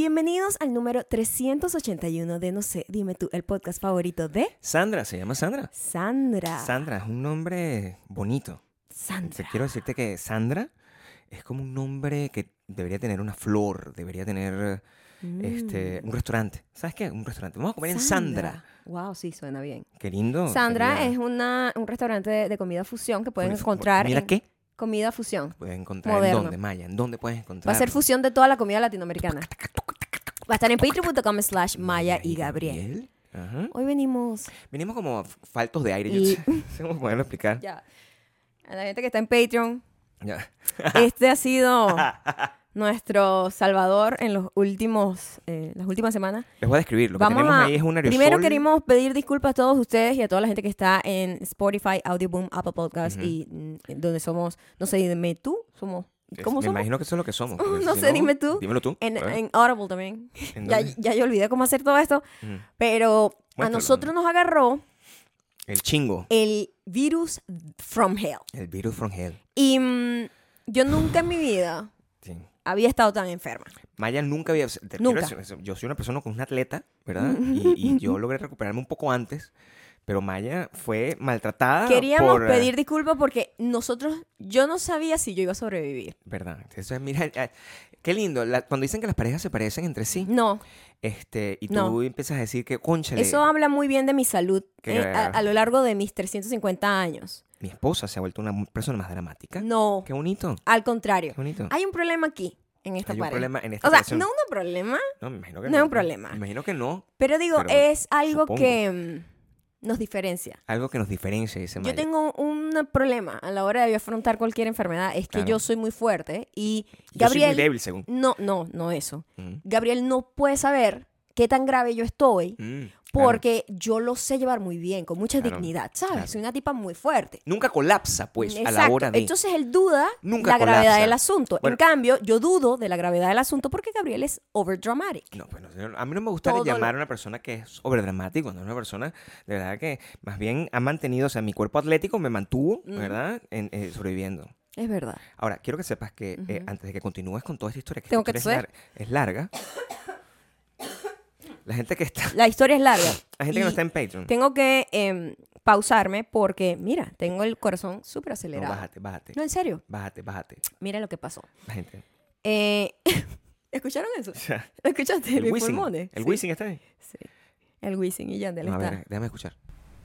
Bienvenidos al número 381 de No sé, dime tú, el podcast favorito de... Sandra, se llama Sandra. Sandra. Sandra es un nombre bonito. Sandra. Quiero decirte que Sandra es como un nombre que debería tener una flor, debería tener un restaurante. ¿Sabes qué? Un restaurante. Vamos a comer en Sandra. Wow, sí, suena bien. Qué lindo. Sandra sería. es un restaurante de comida fusión que pueden encontrar ¿Mira en... qué? Comida fusión. Puedes encontrar Moderno. en dónde, Maya. ¿En dónde puedes encontrar? Va a ser fusión de toda la comida latinoamericana. Va a estar en patreon.com/Maya y Gabriel. Ajá. Hoy venimos... Venimos como faltos de aire. Y- Yo no sé cómo poderlo explicar. Ya. A la gente que está en Patreon, Ya. este ha sido nuestro salvador en las últimas semanas. Les voy a describir. Lo que Vamos tenemos a... ahí es un aerosol. Primero queremos pedir disculpas a todos ustedes y a toda la gente que está en Spotify, Audioboom, Apple Podcast y donde somos, no sé, dime tú, somos... ¿Cómo Me somos? imagino que eso es lo que somos. porque No si sé, dime tú. Dímelo tú. A ver. En Audible también. ¿En Ya, dónde? ya yo olvidé cómo hacer todo esto, Ujú. pero a Muéstralo. nosotros nos agarró El chingo. el virus from hell. El virus from hell. Y yo nunca en mi vida Sí. había estado tan enferma. Maya nunca había... Nunca. Yo soy una persona con un atleta, ¿verdad? Y yo logré recuperarme un poco antes, pero Maya fue maltratada Queríamos por... pedir disculpas porque yo no sabía si yo iba a sobrevivir. ¿Verdad? Entonces, mira, qué lindo. Cuando dicen que las parejas se parecen entre sí, No, y tú No. empiezas a decir que, cónchale, eso habla muy bien de mi salud Que- a lo largo de mis 350 años. mi esposa se ha vuelto una persona más dramática. No, Qué bonito, al contrario. qué bonito. Hay un problema aquí, en esta Hay un pareja. problema en esta O sea, relación. no un problema, No, me imagino que no es un problema. Me imagino que no. pero digo, Pero es algo supongo. que nos diferencia. Algo que nos diferencia, dice Maya. Yo tengo un problema a la hora de afrontar cualquier enfermedad, es que Claro. yo soy muy fuerte y Yo soy Gabriel... muy débil, según. No eso. Mm. Gabriel no puede saber qué tan grave yo estoy Mm, claro. porque yo lo sé llevar muy bien, con mucha Claro, dignidad, ¿sabes? claro. Soy una tipa muy fuerte. Nunca colapsa, pues, a la Exacto. hora de... Entonces él duda Nunca la gravedad colapsa. del asunto. Bueno. En cambio, yo dudo de la gravedad del asunto porque Gabriel es overdramatic. No, pues a mí no me gusta Todo llamar a una persona que es overdramático, cuando es una persona de verdad que más bien ha mantenido, o sea, mi cuerpo atlético me mantuvo, ¿verdad? Sobreviviendo. Es verdad. Ahora, quiero que sepas que antes de que continúes con toda esta historia, que Tengo esta que historia toser. es larga, la gente que está, La historia es larga. la gente que Y no está en Patreon, tengo que pausarme porque, mira, tengo el corazón súper no, acelerado. bájate, No, en serio. bájate. Mira lo que pasó. La gente. ¿Escucharon eso? O sea, ¿Lo escuchaste? el Mis Wisin, pulmones. el Sí, Wisin está ahí. sí. El Wisin y Yandel No, a está. ver, déjame escuchar.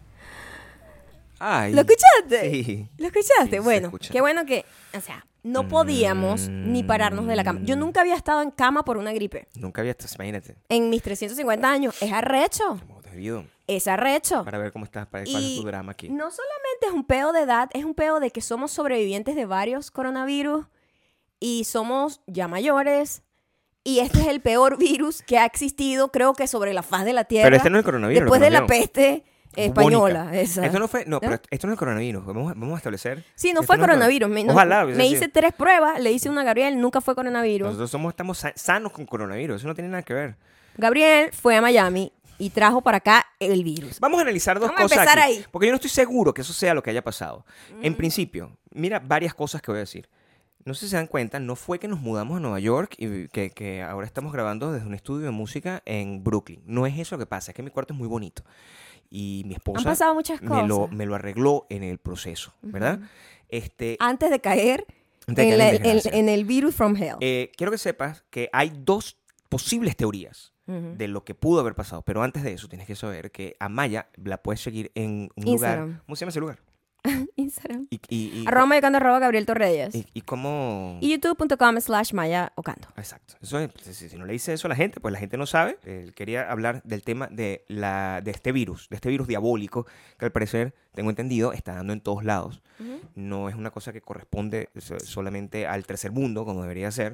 Ay. ¿Lo escuchaste? Sí. ¿Lo escuchaste? Sí, se bueno, escucha. qué bueno que, o sea, no podíamos ni pararnos de la cama. Yo nunca había estado en cama por una gripe. Nunca había estado, imagínate, En mis 350 años. Es arrecho. hemos debido Es arrecho. para ver cómo estás, para cuál es Y tu drama aquí. no solamente es un peo de edad, es un peo de que somos sobrevivientes de varios coronavirus y somos ya mayores. Y este es el peor virus que ha existido, creo que sobre la faz de la Tierra. Pero este no es el coronavirus. Después lo de que la nos dio. peste española. Bubónica. Esa. Esto no fue, no, ¿No? pero esto no es el coronavirus. Vamos a establecer. Sí, no esto fue es el coronavirus. Ojalá hubiese me sido. hice 3 pruebas, le hice una a Gabriel, nunca fue coronavirus. Nosotros estamos sanos con coronavirus. Eso no tiene nada que ver. Gabriel fue a Miami y trajo para acá el virus. Vamos a analizar dos Vamos a cosas empezar aquí, ahí. porque yo no estoy seguro que eso sea lo que haya pasado. En principio, mira varias cosas que voy a decir. No sé si se dan cuenta, no fue que nos mudamos a Nueva York y que ahora estamos grabando desde un estudio de música en Brooklyn. No es eso lo que pasa, es que mi cuarto es muy bonito. Y mi esposa Han pasado muchas cosas. me lo arregló en el proceso, ¿verdad? Antes de caer Antes de caer en desgracia. en el virus from hell. Quiero que sepas que hay dos posibles teorías de lo que pudo haber pasado. Pero antes de eso, tienes que saber que a Maya la puedes seguir en un Instagram. lugar. ¿Cómo se llama ese lugar? Instagram. Y @mayocando @Gabriel Torreyes. y cómo... Y youtube.com/Maya Ocando. Exacto. Eso es, si no le dice eso a la gente, pues la gente no sabe. Él quería hablar del tema de este virus diabólico, que al parecer, tengo entendido, está dando en todos lados. No es una cosa que corresponde solamente al tercer mundo, como debería ser.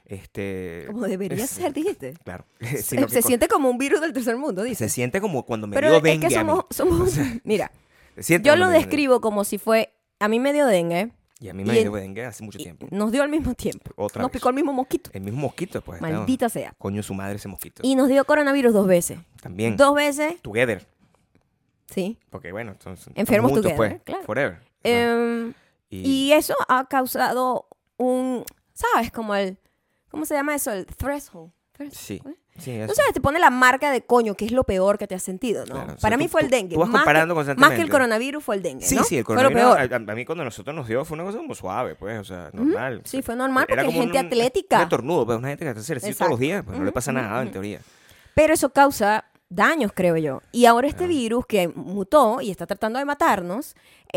Como debería ser, dijiste. Claro. Se, Sino que se siente como un virus del tercer mundo, dice. se siente como cuando me Pero dio es dengue que a mí. somos mira, Se siente yo cuando lo me dio dengue. describo como si fue, a mí me dio dengue, Y a mí me y dio dengue hace mucho y tiempo. nos dio al mismo tiempo. Otra Nos vez. picó el mismo mosquito. El mismo mosquito, pues. estaba- Maldita sea. Coño, su madre ese mosquito. Y nos dio coronavirus 2 veces. También. 2 veces, Together. sí. Porque bueno, entonces, Enfermos juntos, together, pues, claro. Forever. Y eso ha causado un, ¿sabes? Como el, ¿cómo se llama eso? El threshold. First. Sí. ¿Eh? Sí, eso. No sabes, te pone la marca de coño, que es lo peor que te has sentido, ¿no? Claro, o sea, Para mí fue el dengue. Tú vas Más comparando que constantemente. el coronavirus fue el dengue, Sí, ¿no? sí, el Fue lo coronavirus. peor. A mí cuando a nosotros nos dio fue una cosa como suave, pues, o sea, normal. Sí, fue normal Era porque hay como gente atlética. Un estornudo, pues, una gente que hace ejercicio todos los días, pues no le pasa nada, en teoría. Pero eso causa daños, creo yo. Y ahora este virus que mutó y está tratando de matarnos,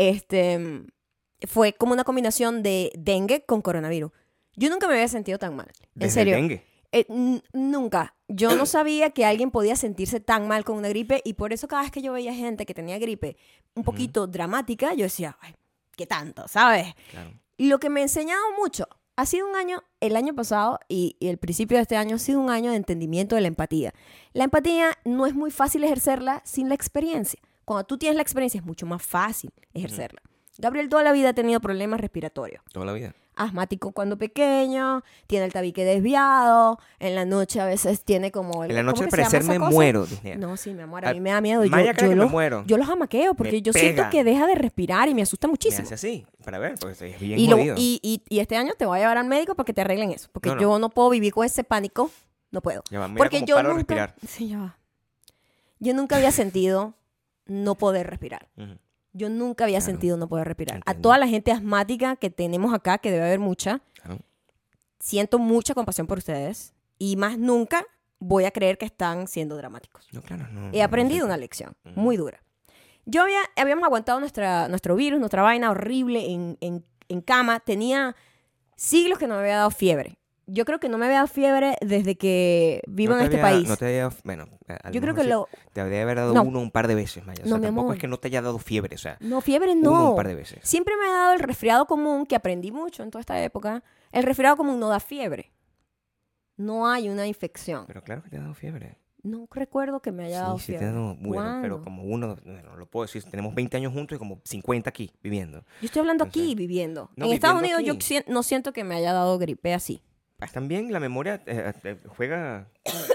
fue como una combinación de dengue con coronavirus. Yo nunca me había sentido tan mal. En Desde serio. el dengue. Nunca. Yo no sabía que alguien podía sentirse tan mal con una gripe y por eso cada vez que yo veía gente que tenía gripe un poquito dramática, yo decía, ay, ¿qué tanto? ¿Sabes? Claro. Y lo que me ha enseñado mucho ha sido un año, el año pasado y el principio de este año ha sido un año de entendimiento de la empatía. La empatía no es muy fácil ejercerla sin la experiencia. Cuando tú tienes la experiencia es mucho más fácil ejercerla. Gabriel toda la vida ha tenido problemas respiratorios. Toda la vida. Asmático cuando pequeño, tiene el tabique desviado, en la noche a veces tiene como... En la noche ¿cómo al que se llama parecer esa me cosa? muero, Disney. No, sí, mi amor, a mí me da miedo. Maya cree que me muero. Yo los amaqueo porque Me yo siento pega. que deja de respirar y me asusta Me muchísimo. hace así, para ver, porque es bien Y, jodido. y este año te voy a llevar al médico para que te arreglen eso. Porque No, no. yo no puedo vivir con ese pánico. No puedo. Ya va, mira Porque cómo yo paro de nunca... respirar. Sí, ya va. Yo nunca había sentido no poder respirar. Ujú. Yo nunca había Claro. sentido no poder respirar. A Entiendo. toda la gente asmática que tenemos acá, que debe haber mucha, Claro. siento mucha compasión por ustedes. Y más nunca voy a creer que están siendo dramáticos. No, claro, no. He aprendido una lección muy dura. Habíamos aguantado nuestro virus, nuestra vaina horrible en cama. Tenía siglos que no me había dado fiebre. Yo creo que no me había dado fiebre desde que vivo No en te este había- país. No te había, bueno, a lo Yo creo mejor que sí te habría haber dado No. uno un par de veces, Maya. O sea, No, mi tampoco amor. es que no te haya dado fiebre, o sea, No, fiebre uno no. un par de veces. Siempre me ha dado el resfriado común, que aprendí mucho en toda esta época. El resfriado común no da fiebre. No hay una infección. Pero claro que te ha dado fiebre. No recuerdo que me haya dado Sí, sí te fiebre. ha dado, bueno, pero ¿Cuándo? como uno, no lo puedo decir, tenemos 20 años juntos y como 50 aquí viviendo. Yo estoy hablando aquí, Entonces, viviendo. no, En Estados Unidos viviendo yo no siento que me haya dado gripe así. Pues también la memoria juega...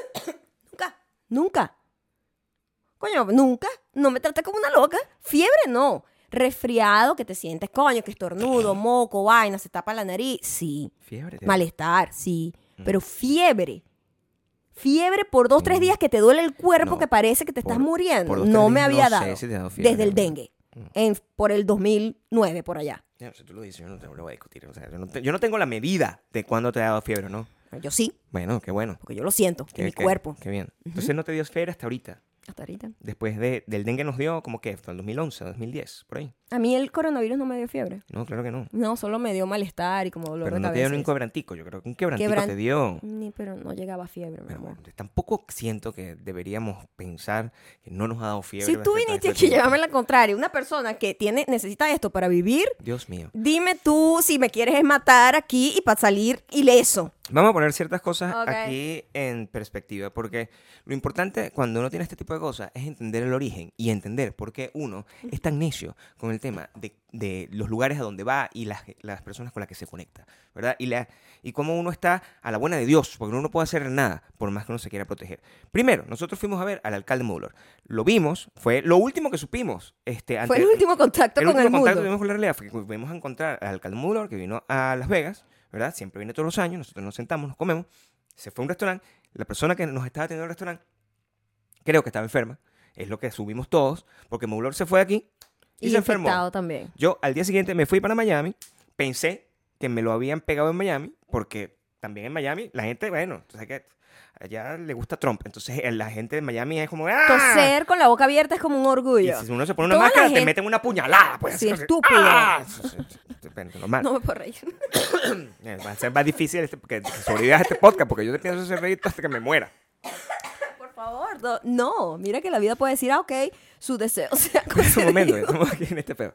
Nunca. Coño, nunca. No me traté como una loca. Fiebre, no. Resfriado, que te sientes, coño, que estornudo, moco, vaina, se tapa la nariz. Sí. Fiebre. Malestar, sí. Pero fiebre. Fiebre por 2, 3 días que te duele el cuerpo, No, que parece que te estás por muriendo. 2, 3 No me días había no dado. sé si te ha dado fiebre, Desde el ¿verdad? dengue. Por el 2009, por allá. Ya, si tú lo dices, yo no te lo voy a discutir. O sea, yo no tengo la medida de cuándo te ha dado fiebre, ¿no? Yo sí, Bueno, qué bueno. porque yo lo siento en mi cuerpo. Qué bien. Entonces no te dio fiebre hasta ahorita. Hasta ahorita. Después del dengue nos dio como que hasta el 2011, 2010, por ahí. A mí el coronavirus no me dio fiebre. No, claro que no. No, solo me dio malestar y como dolor Pero de no te cabeza. dio un quebrantico. Yo creo que un quebrantico te dio. Pero no llegaba fiebre, mi Pero amor. bueno, tampoco siento que deberíamos pensar que no nos ha dado fiebre. Si tú durante todo viniste este aquí a tiempo. llevarme la contraria, una persona que necesita esto para vivir, Dios mío. dime tú si me quieres matar aquí y para salir ileso. Vamos a poner ciertas cosas Ok. aquí en perspectiva, porque lo importante cuando uno tiene este tipo de cosas es entender el origen y entender por qué uno es tan necio con el tema de los lugares a donde va y las personas con las que se conecta, ¿verdad? Y cómo uno está a la buena de Dios, porque uno no puede hacer nada por más que uno se quiera proteger. Primero, nosotros fuimos a ver al alcalde Moulor. Lo vimos, fue lo último que supimos. Fue el último contacto con el último contacto que mundo. tuvimos con la realidad fue que fuimos a encontrar al alcalde Moulor, que vino a Las Vegas, ¿verdad? Siempre viene todos los años, nosotros nos sentamos, nos comemos, se fue a un restaurante, la persona que nos estaba atendiendo en el restaurante, creo que estaba enferma, es lo que subimos todos, porque Moulor se fue de aquí y se enfermó. infectado también. Yo al día siguiente me fui para Miami, pensé que me lo habían pegado en Miami, porque también en Miami la gente, bueno, tú sabes que allá le gusta Trump, entonces la gente de Miami es como, ¡ah! Toser con la boca abierta es como un Y orgullo. si uno se pone una Toda la máscara, te gente- meten una puñalada, pues. Sí, así, estúpido. ¡ah! Depende, normal. No me puedo reír. Va a ser más difícil que sobrevivas a este podcast porque yo te pienso hacer reír hasta que me muera. Por favor, no. Mira que la vida puede decir, ok, su deseo sea En ese momento, estamos aquí en este pedo.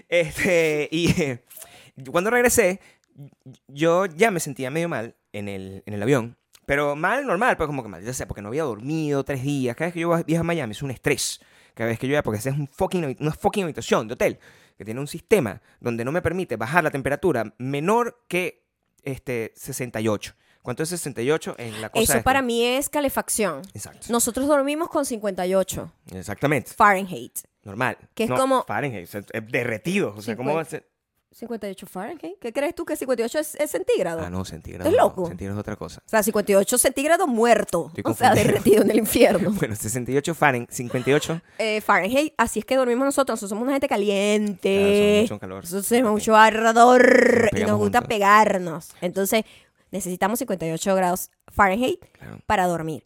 Cuando regresé, yo ya me sentía medio mal en el avión. Pero mal, normal, pues como que mal, ya sé, porque no había dormido 3 días. Cada vez que yo viajo a Miami es un estrés. Cada vez que yo voy, porque esa es una fucking habitación de hotel que tiene un sistema donde no me permite bajar la temperatura menor que 68. ¿Cuánto es 68 en la cosa Eso esta? para mí es calefacción. Exacto. Nosotros dormimos con 58 Exactamente. Fahrenheit. Normal. Que es No, como- Fahrenheit, o sea, es derretido. O sea, Sí, ¿cómo pues. va a ser? 58 Fahrenheit. ¿Qué crees tú que 58 es centígrado? Ah, no, centígrado. ¿Estás loco? Centígrado es otra cosa. O sea, 58 centígrados muerto. Estoy O sea, confundido. derretido en el infierno. Bueno, 68 Fahrenheit, 58. Fahrenheit, así es que dormimos nosotros. Nosotros somos una gente Claro, caliente. somos mucho calor. Nosotros tenemos Ok. mucho ardor y pegamos nos gusta juntos. pegarnos. Entonces, necesitamos 58 grados Fahrenheit Claro. para dormir.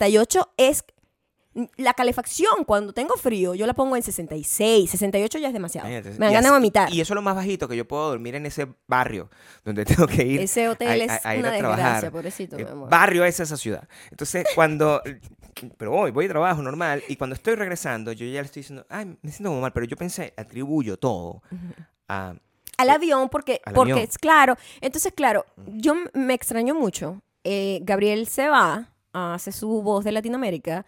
68 es la calefacción. Cuando tengo frío, yo la pongo en 66. 68 ya es demasiado. Imagínate. Me dan Y ganas de así- vomitar. Y eso es lo más bajito, que yo puedo dormir en ese barrio donde tengo que ir Ese hotel es a ir una a trabajar. desgracia, pobrecito, mi El amor. barrio es esa ciudad. Entonces, cuando... Pero voy a trabajo normal y cuando estoy regresando, yo ya le estoy diciendo, ay, me siento como mal, pero yo pensé, atribuyo todo a... Al avión, porque al avión. es claro. Entonces, claro, yo me extraño mucho. Gabriel se va, hace su voz de Latinoamérica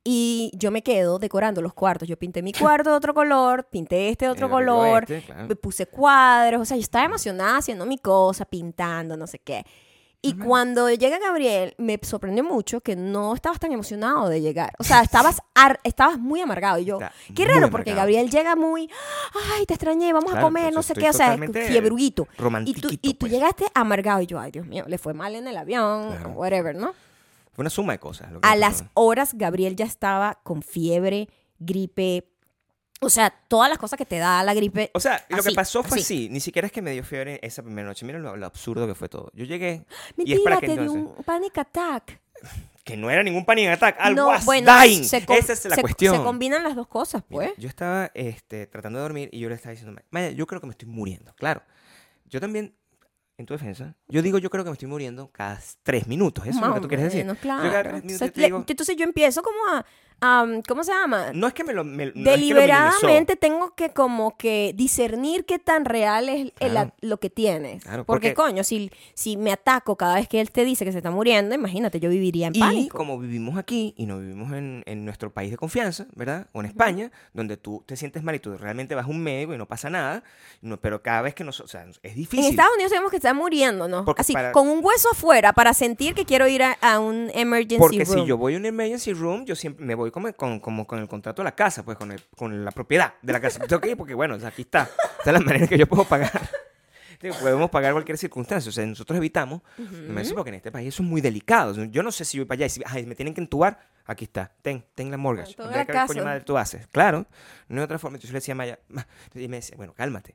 y yo me quedo decorando los cuartos. Yo pinté mi cuarto de otro color, pinté este de otro el arreglo color, claro. me puse cuadros. O sea, yo estaba emocionada haciendo mi cosa, pintando, no sé qué. Y cuando llega Gabriel, me sorprendió mucho que no estabas tan emocionado de llegar. O sea, estabas muy amargado. Y yo, Está qué muy raro, porque amargado. Gabriel llega muy, ay, te extrañé, vamos a Claro, comer, pues, no sé estoy qué. O sea, totalmente fiebruguito. Y romantiquito, tú pues. llegaste amargado. Y yo, ay, Dios mío, le fue mal en el avión, Claro. whatever, ¿no? Fue una suma de cosas. Lo que A me las pasó. horas, Gabriel ya estaba con fiebre, gripe. O sea, todas las cosas que te da la gripe. O sea, lo que así, pasó fue así. así. Ni siquiera es que me dio fiebre esa primera noche. Mira lo absurdo que fue todo. Yo llegué y es Mentira, para que te dio entonces... un panic attack. Que no era ningún panic attack. I No, was bueno, dying. se Esa es la cuestión. Se combinan las dos cosas, Mira, pues. yo estaba tratando de dormir y yo le estaba diciendo, Maya, yo creo que me estoy muriendo. Claro. Yo también, en tu defensa, yo creo que me estoy muriendo cada 3 minutos. Eso es lo que tú quieres decir. Bueno, Yo cada claro. 3 minutos Entonces, te digo, entonces yo empiezo como ¿cómo se llama? no es que no es que lo Deliberadamente minimizó. tengo que como que discernir qué tan real es Claro. lo que tienes. Claro, porque, porque- coño, si me ataco cada vez que él te dice que se está muriendo, imagínate, yo viviría en Y pánico. como vivimos aquí y no vivimos en nuestro país de confianza, ¿verdad? O en España, donde tú te sientes mal y tú realmente vas a un médico y no pasa nada, pero cada vez que o sea, es En difícil. Estados Unidos tenemos que estar muriendo, ¿no? Porque Así, para- con un hueso afuera para sentir que quiero ir a un emergency Porque room. si yo voy a un emergency room, yo siempre me voy como con el contrato de la casa, pues con la propiedad de la casa. Tengo que ir porque, bueno, o sea, aquí está. Esta es la manera que yo puedo pagar. Podemos pagar cualquier circunstancia. O sea, nosotros evitamos. Me parece porque en este país eso es muy delicado. Yo no sé si voy para allá y si ay, me tienen que entubar. Aquí está. Ten la mortgage. Toda Ve la qué casa. coño madre tú haces. Claro. No hay otra forma. Entonces yo le decía a Maya. Y me decía, bueno, cálmate.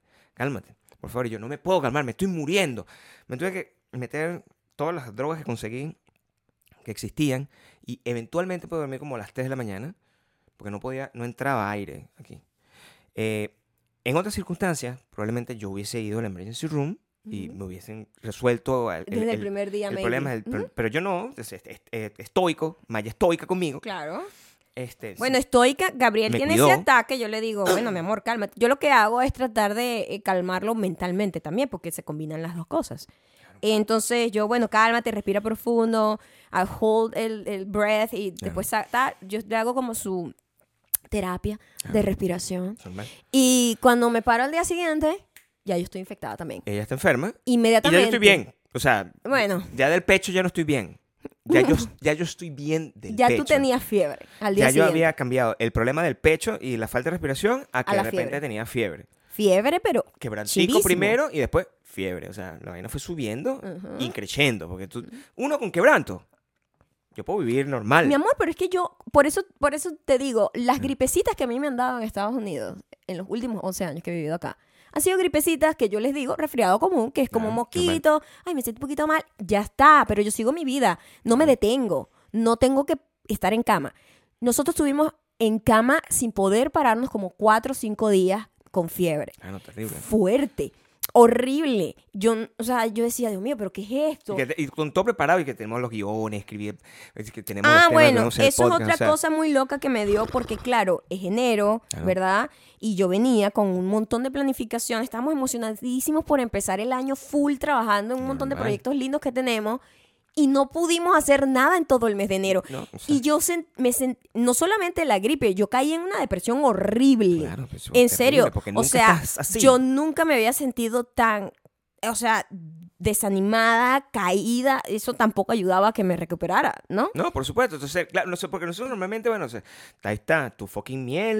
Por favor. Y yo no me puedo calmar. Me estoy muriendo. Me tuve que meter todas las drogas que conseguí que existían y eventualmente pude dormir como a las 3 de la mañana porque no entraba aire aquí. En otras circunstancias, probablemente yo hubiese ido al emergency room y me hubiesen resuelto Desde el primer día, el maybe. problema. Pero yo no, estoico, Maya estoica conmigo. Claro. Sí, Bueno, estoica, Gabriel me tiene cuidó. ese ataque, yo le digo, bueno, mi amor, cálmate. Yo lo que hago es tratar de calmarlo mentalmente también, porque se combinan las dos cosas. Entonces yo, bueno, cálmate, respira profundo, I hold el breath y después yo le hago como su terapia de respiración. normal. Y cuando me paro al día siguiente, ya yo estoy infectada también. Ella está enferma y Inmediatamente. ya yo estoy bien. O sea, Bueno. ya del pecho ya no estoy bien. Ya yo estoy bien del Ya pecho. tú tenías fiebre al día Ya yo siguiente. había cambiado el problema del pecho y la falta de respiración a que la de repente fiebre. tenía fiebre. Fiebre, pero Quebrantico chivísimo. primero y después fiebre. O sea, la vaina fue subiendo y creciendo. Porque uno con quebranto, yo puedo vivir normal. Mi amor, pero es que yo, por eso te digo, las gripecitas que a mí me han dado en Estados Unidos en los últimos 11 años que he vivido acá, han sido gripecitas que yo les digo resfriado común, que es como un moquito, ay, me siento un poquito mal, ya está, pero yo sigo mi vida, no me detengo, no tengo que estar en cama. Nosotros estuvimos en cama sin poder pararnos como 4 o 5 días con fiebre. Ah, no, terrible. Fuerte, horrible. Yo decía, Dios mío, ¿pero qué es esto? Y con todo preparado y que tenemos los guiones, escribir, que tenemos los Ah, temas, bueno, vamos a hacer eso es podcast, otra o sea, cosa muy loca que me dio porque, claro, es enero, Claro. ¿verdad? Y yo venía con un montón de planificación. Estábamos emocionadísimos por empezar el año full trabajando en un montón de Normal. proyectos lindos que tenemos y no pudimos hacer nada en todo el mes de enero. No, o sea, Y yo no solamente la gripe, yo caí en una depresión horrible. Claro, pues, eso es En terrible, serio, porque o nunca sea, estás así. yo nunca me había sentido tan, o sea, desanimada, caída. Eso tampoco ayudaba a que me recuperara, ¿no? No, por supuesto. Entonces, claro, no sé, porque nosotros normalmente, bueno, o sea, ahí está tu fucking miel,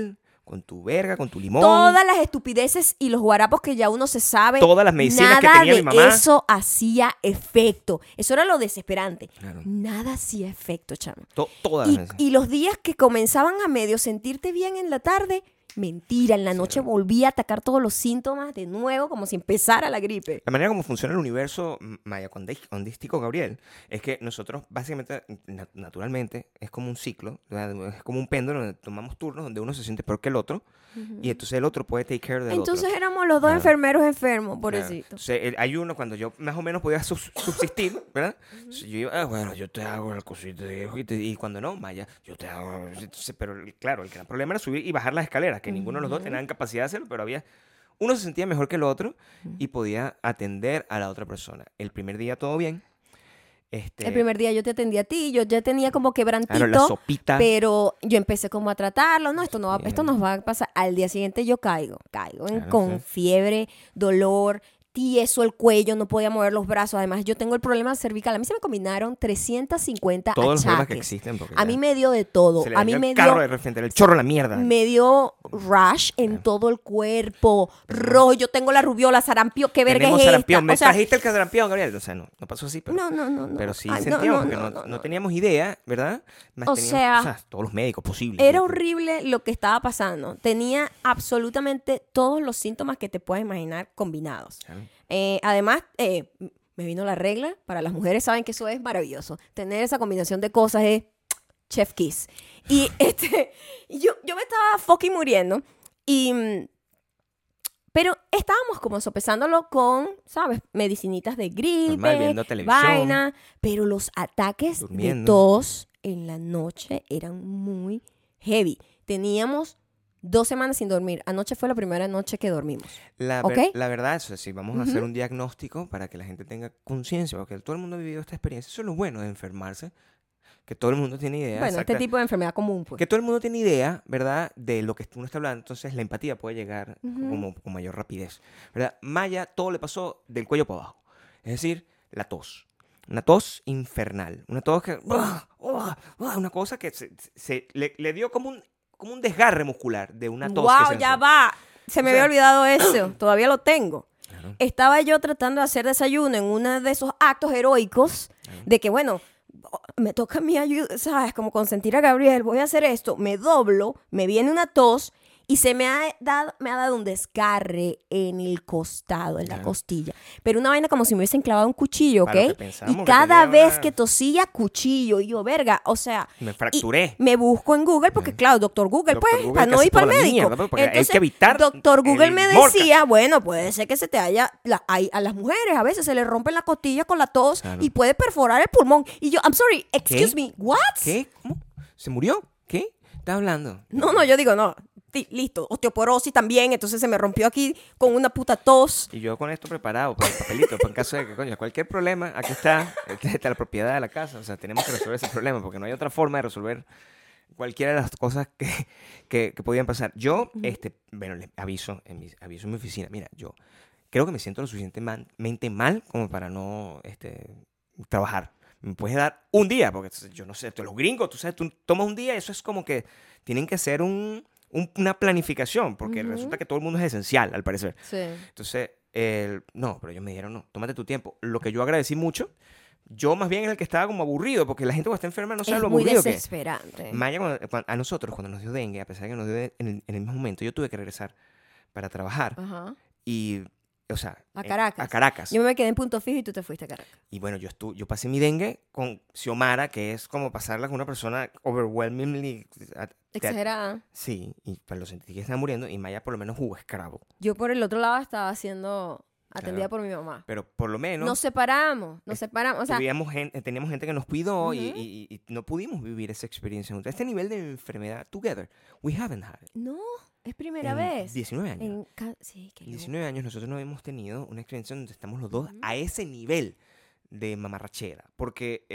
con tu verga, con tu limón. Todas las estupideces y los guarapos que ya uno se sabe. Todas las medicinas que nada tenía de mi mamá. eso hacía efecto. Eso era lo desesperante. Claro. Nada hacía efecto, chamo. Todas las Y, medicinas. y los días que comenzaban a medio sentirte bien en la tarde, mentira, en la noche volvía a atacar todos los síntomas de nuevo, como si empezara la gripe. La manera como funciona el universo mayacondístico, Gabriel, es que nosotros básicamente, naturalmente, es como un ciclo, ¿verdad? Es como un péndulo donde tomamos turnos donde uno se siente peor que el otro y entonces el otro puede take care del Entonces otro. éramos los dos Claro. enfermeros enfermos, Claro. pobrecito. Entonces, hay uno cuando yo más o menos podía subsistir, ¿verdad? Entonces, yo iba, bueno, yo te hago el cosito y cuando no, Maya, yo te hago. Entonces, pero claro, el gran problema era subir y bajar las escaleras, que ninguno de los dos tenían capacidad de hacerlo, pero había. Uno se sentía mejor que el otro y podía atender a la otra persona. El primer día todo bien. El primer día yo te atendí a ti, yo ya tenía como quebrantito, Claro, la sopita. pero yo empecé como a tratarlo, no, esto Bien. nos va a pasar. Al día siguiente yo caigo Claro, con sí. fiebre, dolor, tieso el cuello, no podía mover los brazos. Además, yo tengo el problema cervical. A mí se me combinaron 350 Todos los problemas que achaques. existen. Porque A ya mí me dio de todo. se le A mí dañó me el carro dio de repente, el chorro a la mierda. me dio rash en todo el cuerpo, rojo, yo tengo la rubiola, sarampión, ¿qué verga Tenemos es sarampión. esta? Me O sea, trajiste el sarampión, Gabriel. O sea, no pasó así, pero, no. pero sí Ay, sentíamos porque no, no teníamos idea, ¿verdad? Más O teníamos, sea, todos los médicos posibles. Era horrible lo que estaba pasando. Tenía absolutamente todos los síntomas que te puedas imaginar combinados. Claro. Además, me vino la regla. Para las mujeres saben que eso es maravilloso. Tener esa combinación de cosas es chef kiss. Y yo me estaba fucking muriendo. Pero estábamos como sopesándolo con, ¿sabes? Medicinitas de gripe, Normal, viendo televisión. vaina. Pero los ataques de Durmiendo. tos en la noche eran muy heavy. Teníamos 2 semanas sin dormir. Anoche fue la primera noche que dormimos. ¿Ok? La verdad, eso sí, vamos a hacer un diagnóstico para que la gente tenga conciencia, porque todo el mundo ha vivido esta experiencia. Eso es lo bueno de enfermarse, que todo el mundo tiene idea. Bueno, exacta, este tipo de enfermedad común, pues. que todo el mundo tiene idea, ¿verdad?, de lo que uno está hablando. Entonces la empatía puede llegar con mayor rapidez, ¿verdad? Maya, todo le pasó del cuello para abajo. Es decir, la tos. Una tos infernal. Una tos que... una cosa que le dio como un desgarre muscular de una tos. que ¡Wow! se Ya entró. va. Se me O sea- había olvidado eso. Todavía lo tengo. Claro. Estaba yo tratando de hacer desayuno en uno de esos actos heroicos de que, bueno, me toca mi ayuda, ¿sabes? Como consentir a Gabriel, voy a hacer esto. Me doblo, me viene una tos y me ha dado un desgarre en el costado, en la costilla. Pero una vaina como si me hubiesen clavado un cuchillo, ¿ok? Para lo que pensábamos Y que cada tenía vez una- que tosía, cuchillo. Y yo, verga, o sea... Me y fracturé. me busco en Google, porque claro, doctor Google, Doctor pues, Google para no casi ir para el toda la médico. mierda, porque hay Entonces, que evitar doctor Google el me morca. decía, bueno, puede ser que se te haya... a las mujeres a veces se les rompen las costillas con la tos Claro. y puede perforar el pulmón. Y yo, I'm sorry, excuse me, what? ¿Qué? ¿Cómo? ¿Se murió? ¿Qué? ¿Estás hablando? No, yo digo, no, listo, osteoporosis también, entonces se me rompió aquí con una puta tos. Y yo con esto preparado, para el papelito, para en caso de que, coño, cualquier problema, aquí está la propiedad de la casa. O sea, tenemos que resolver ese problema, porque no hay otra forma de resolver cualquiera de las cosas que podían pasar. Yo, bueno, les aviso en mi oficina, mira, yo creo que me siento lo suficientemente mal como para no trabajar. Me puedes dar un día, porque yo no sé, los gringos, tú sabes, tú tomas un día, eso es como que tienen que hacer una planificación, porque resulta que todo el mundo es esencial, al parecer. Sí. Entonces, no, pero ellos me dijeron, no, tómate tu tiempo. Lo que yo agradecí mucho, yo más bien era el que estaba como aburrido, porque la gente cuando está enferma no sabe Es lo muy aburrido que es. desesperante. Maya, a nosotros, cuando nos dio dengue, a pesar de que nos dio en el mismo momento, yo tuve que regresar para trabajar. Ajá. Y, o sea... A Caracas. A Caracas. Yo me quedé en Punto Fijo y tú te fuiste a Caracas. Y bueno, yo pasé mi dengue con Xiomara, que es como pasarla con una persona overwhelmingly... Exagerada. Sí, y pues lo sentí que estaba muriendo, y Maya por lo menos jugó esclavo. Yo por el otro lado estaba siendo atendida Claro. por mi mamá. Pero por lo menos... Nos separamos. O sea, teníamos gente que nos cuidó y no pudimos vivir esa experiencia juntos. Este nivel de enfermedad, together, we haven't had it. no, es primera En vez. 19 años. Sí, qué En loco. 19 años nosotros no hemos tenido una experiencia donde estamos los dos a ese nivel de mamarrachera. Porque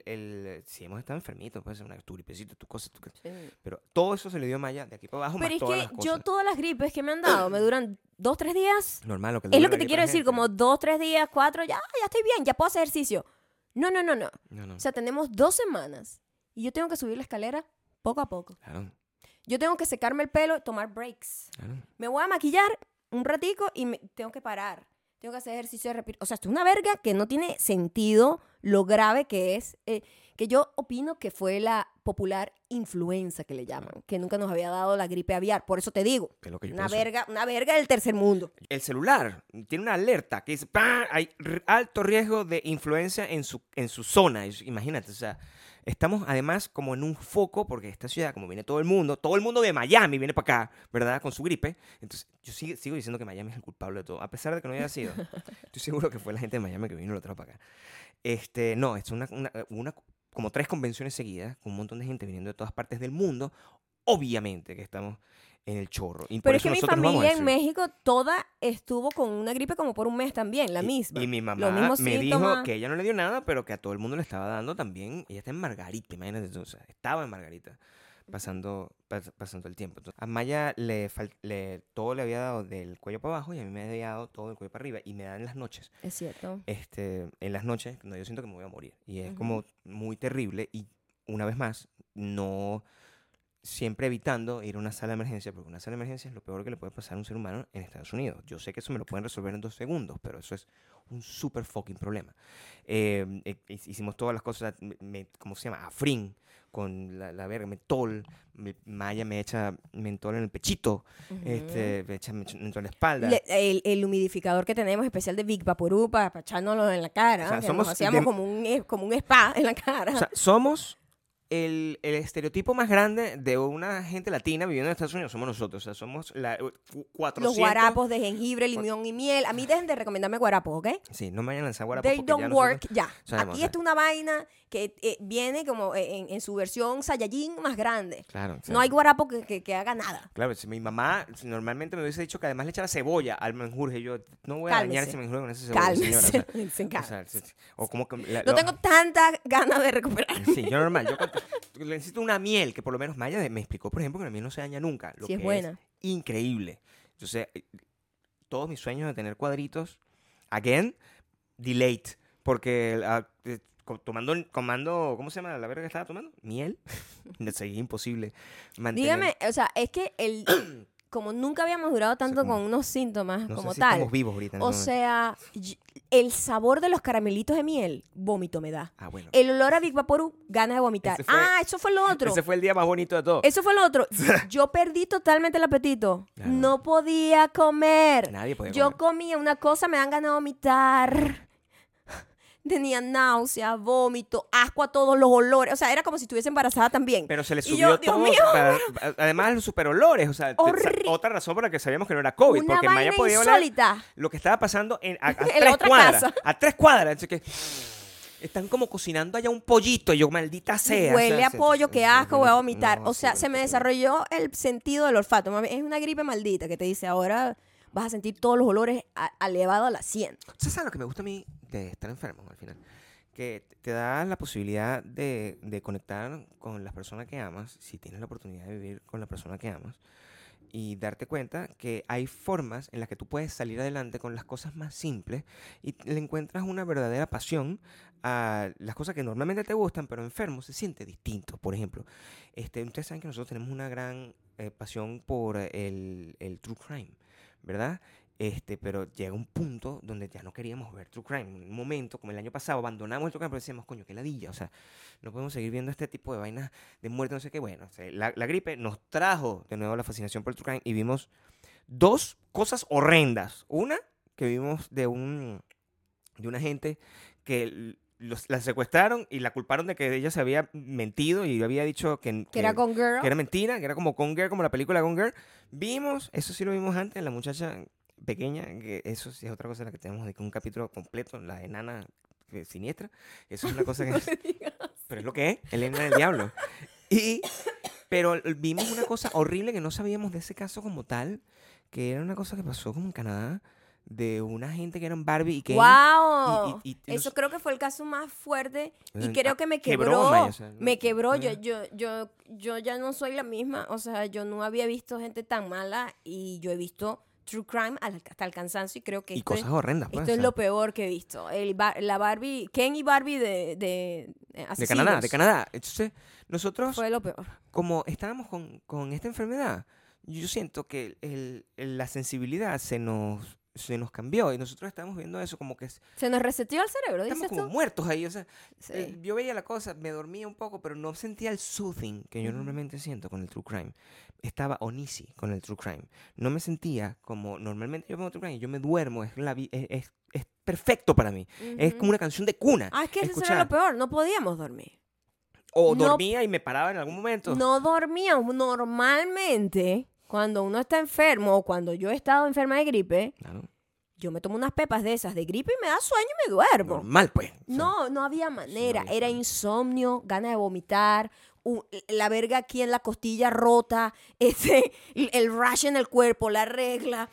sí hemos estado enfermitos, puede ser tu gripecita, tu cosa, Sí. pero todo eso se le dio a Maya de aquí para abajo, Pero más es todas que las cosas. yo todas las gripes que me han dado me duran 2-3 días. Normal, lo que Es dura lo que la te gripe quiero a la decir, gente. como 2-3 días, 4, ya estoy bien, ya puedo hacer ejercicio. No. No. O sea, tenemos 2 semanas y yo tengo que subir la escalera poco a poco. Claro. Yo tengo que secarme el pelo, tomar breaks. Claro. Me voy a maquillar un ratico y tengo que parar. Tengo que hacer ejercicio de respiración. O sea, esto es una verga que no tiene sentido lo grave que es. Que yo opino que fue la popular influenza que le llaman. Que nunca nos había dado la gripe aviar. Por eso te digo. Que es lo que yo Una pienso. verga del tercer mundo. El celular tiene una alerta que dice, ¡pam! Hay alto riesgo de influencia en su zona. Imagínate, o sea, estamos además como en un foco, porque esta ciudad, como viene todo el mundo de Miami viene para acá, ¿verdad? Con su gripe. Entonces, yo sigo diciendo que Miami es el culpable de todo, a pesar de que no haya sido. Estoy seguro que fue la gente de Miami que vino y lo trajo para acá. No, es como 3 convenciones seguidas, con un montón de gente viniendo de todas partes del mundo. Obviamente que estamos en el chorro. Y por Pero es eso que mi nosotros vamos familia al en sur. México toda estuvo con una gripe como por un mes también, la misma. Y mi Los mamá mismos me síntomas. dijo que ella no le dio nada, pero que a todo el mundo le estaba dando también. Ella está en Margarita, imagínate tú, o sea, estaba en Margarita, pasando el tiempo. Entonces, a Maya todo le había dado del cuello para abajo y a mí me había dado todo del cuello para arriba. Y me da en las noches. Es cierto. En las noches, cuando yo siento que me voy a morir. Y es Ujú. como muy terrible. Y una vez más, no siempre evitando ir a una sala de emergencia, porque una sala de emergencia es lo peor que le puede pasar a un ser humano en Estados Unidos. Yo sé que eso me lo pueden resolver en 2 segundos, pero eso es un super fucking problema. Hicimos todas las cosas, ¿cómo se llama? Afrin, con la verga, mentol. Maya me echa mentol en el pechito, Ujú. me echa mentol en la espalda. El humidificador que tenemos especial de Big Vaporub para echárnoslo en la cara. O sea, que somos nos hacíamos de- como un spa en la cara. O sea, somos el estereotipo más grande de una gente latina viviendo en Estados Unidos. Somos nosotros. O sea, somos 400... Los guarapos de jengibre, limón y miel. A mí dejen de recomendarme guarapos, ¿ok? Sí, no me vayan a lanzar guarapos They porque ya don't nosotros work, ya. sabemos, Aquí o sea. está una vaina que viene como en su versión Saiyajin más grande. Claro, o sea, No hay guarapo que haga nada. Claro, si mi mamá normalmente me hubiese dicho que además le echara cebolla al menjurje. Yo no voy a dañar Cálmese. ese menjurje con esa cebolla, señora. Cálmese. Se O encanta. sea, o como que No tengo tanta ganas de recuperar. Sí, yo normal. Yo necesito una miel que por lo menos Maya me explicó, por ejemplo, que la miel no se daña nunca. Lo Sí, es que buena. increíble. Entonces, todos mis sueños de tener cuadritos, again, delayed. Porque tomando, ¿cómo se llama la verga que estaba tomando? Miel. Sería imposible mantener. Dígame, o sea, es que como nunca habíamos durado tanto como- con unos síntomas No como sé si tal. estamos vivos ahorita. en O ese momento. sea, el sabor de los caramelitos de miel, vómito me da. Ah, bueno. El olor a Big Vaporub, gana de vomitar. Ese fue- Eso fue lo otro. Ese fue el día más bonito de todo. Eso fue lo otro. Yo perdí totalmente el apetito. Claro. No podía comer. Nadie podía Yo comer. comía una cosa, me dan ganas de vomitar. Tenía náusea, vómito, asco a todos los olores. O sea, era como si estuviese embarazada también. Pero se le Y subió yo, Dios todo. mío. Además, los superolores. O sea, otra razón por la que sabíamos que no era COVID. Una Porque Maya vaina podía oler insólita. lo que estaba pasando a En la 3 otra cuadras. casa. A 3 cuadras. Entonces, que están como cocinando allá un pollito. Y yo, maldita sea. Huele a pollo, qué asco, voy a vomitar. No, O sea, sí, se me bueno, desarrolló el sentido del olfato. Mami, es una gripe maldita que te dice, ahora vas a sentir todos los olores elevados a la 100. ¿Sabes lo que me gusta a mí de estar enfermo al final? Que te da la posibilidad de conectar con las personas que amas, si tienes la oportunidad de vivir con la persona que amas, y darte cuenta que hay formas en las que tú puedes salir adelante con las cosas más simples y le encuentras una verdadera pasión a las cosas que normalmente te gustan, pero enfermo se siente distinto. Por ejemplo, ustedes saben que nosotros tenemos una gran pasión por el true crime, ¿verdad? Pero llega un punto donde ya no queríamos ver True Crime. En un momento, como el año pasado, abandonamos el True Crime, pero decíamos, coño, qué ladilla. O sea, no podemos seguir viendo este tipo de vainas de muerte, no sé qué. Bueno, o sea, la gripe nos trajo de nuevo la fascinación por el True Crime y vimos 2 cosas horrendas. Una, que vimos de una gente que la secuestraron y la culparon de que ella se había mentido y había dicho Que era con Girl. que era mentira, que era como Gone Girl, como la película Gone Girl. Vimos, eso sí lo vimos antes, la muchacha pequeña, que eso sí es otra cosa de la que tenemos de que un capítulo completo, la enana siniestra. Eso es una cosa que... Pero es lo que es, el enana del diablo. Pero vimos una cosa horrible que no sabíamos de ese caso como tal, que era una cosa que pasó como en Canadá, de una gente que eran Barbie y Ken. ¡Wow! y Eso los- creo que fue el caso más fuerte y Ah, creo que me qué quebró. broma, o sea, Me quebró. no. Yo ya no soy la misma. O sea, yo no había visto gente tan mala y yo he visto True Crime hasta el cansancio y creo que y esto cosas horrendas. pues, esto o es sea. lo peor que he visto. La Barbie, Ken y Barbie De Canadá, de Canadá. Entonces, nosotros, Fue lo peor. como estábamos con esta enfermedad, yo siento que la sensibilidad se nos cambió y nosotros estábamos viendo eso como que Se nos reseteó el cerebro, estamos dices como tú. muertos ahí. O sea, Sí. yo veía la cosa, me dormía un poco, pero no sentía el soothing que yo normalmente siento con el true crime. Estaba uneasy con el true crime. No me sentía como normalmente yo veo true crime y yo me duermo. Es perfecto para mí. Es como una canción de cuna. Ah, es que eso era escuchar. lo peor, no podíamos dormir. O no- dormía y me paraba en algún momento. No dormíamos. Normalmente, cuando uno está enfermo o cuando yo he estado enferma de gripe, Claro, yo me tomo unas pepas de esas de gripe y me da sueño y me duermo. normal, pues. O sea, No había manera. había Era forma. insomnio, ganas de vomitar, la verga aquí en la costilla rota, el rash en el cuerpo, la regla,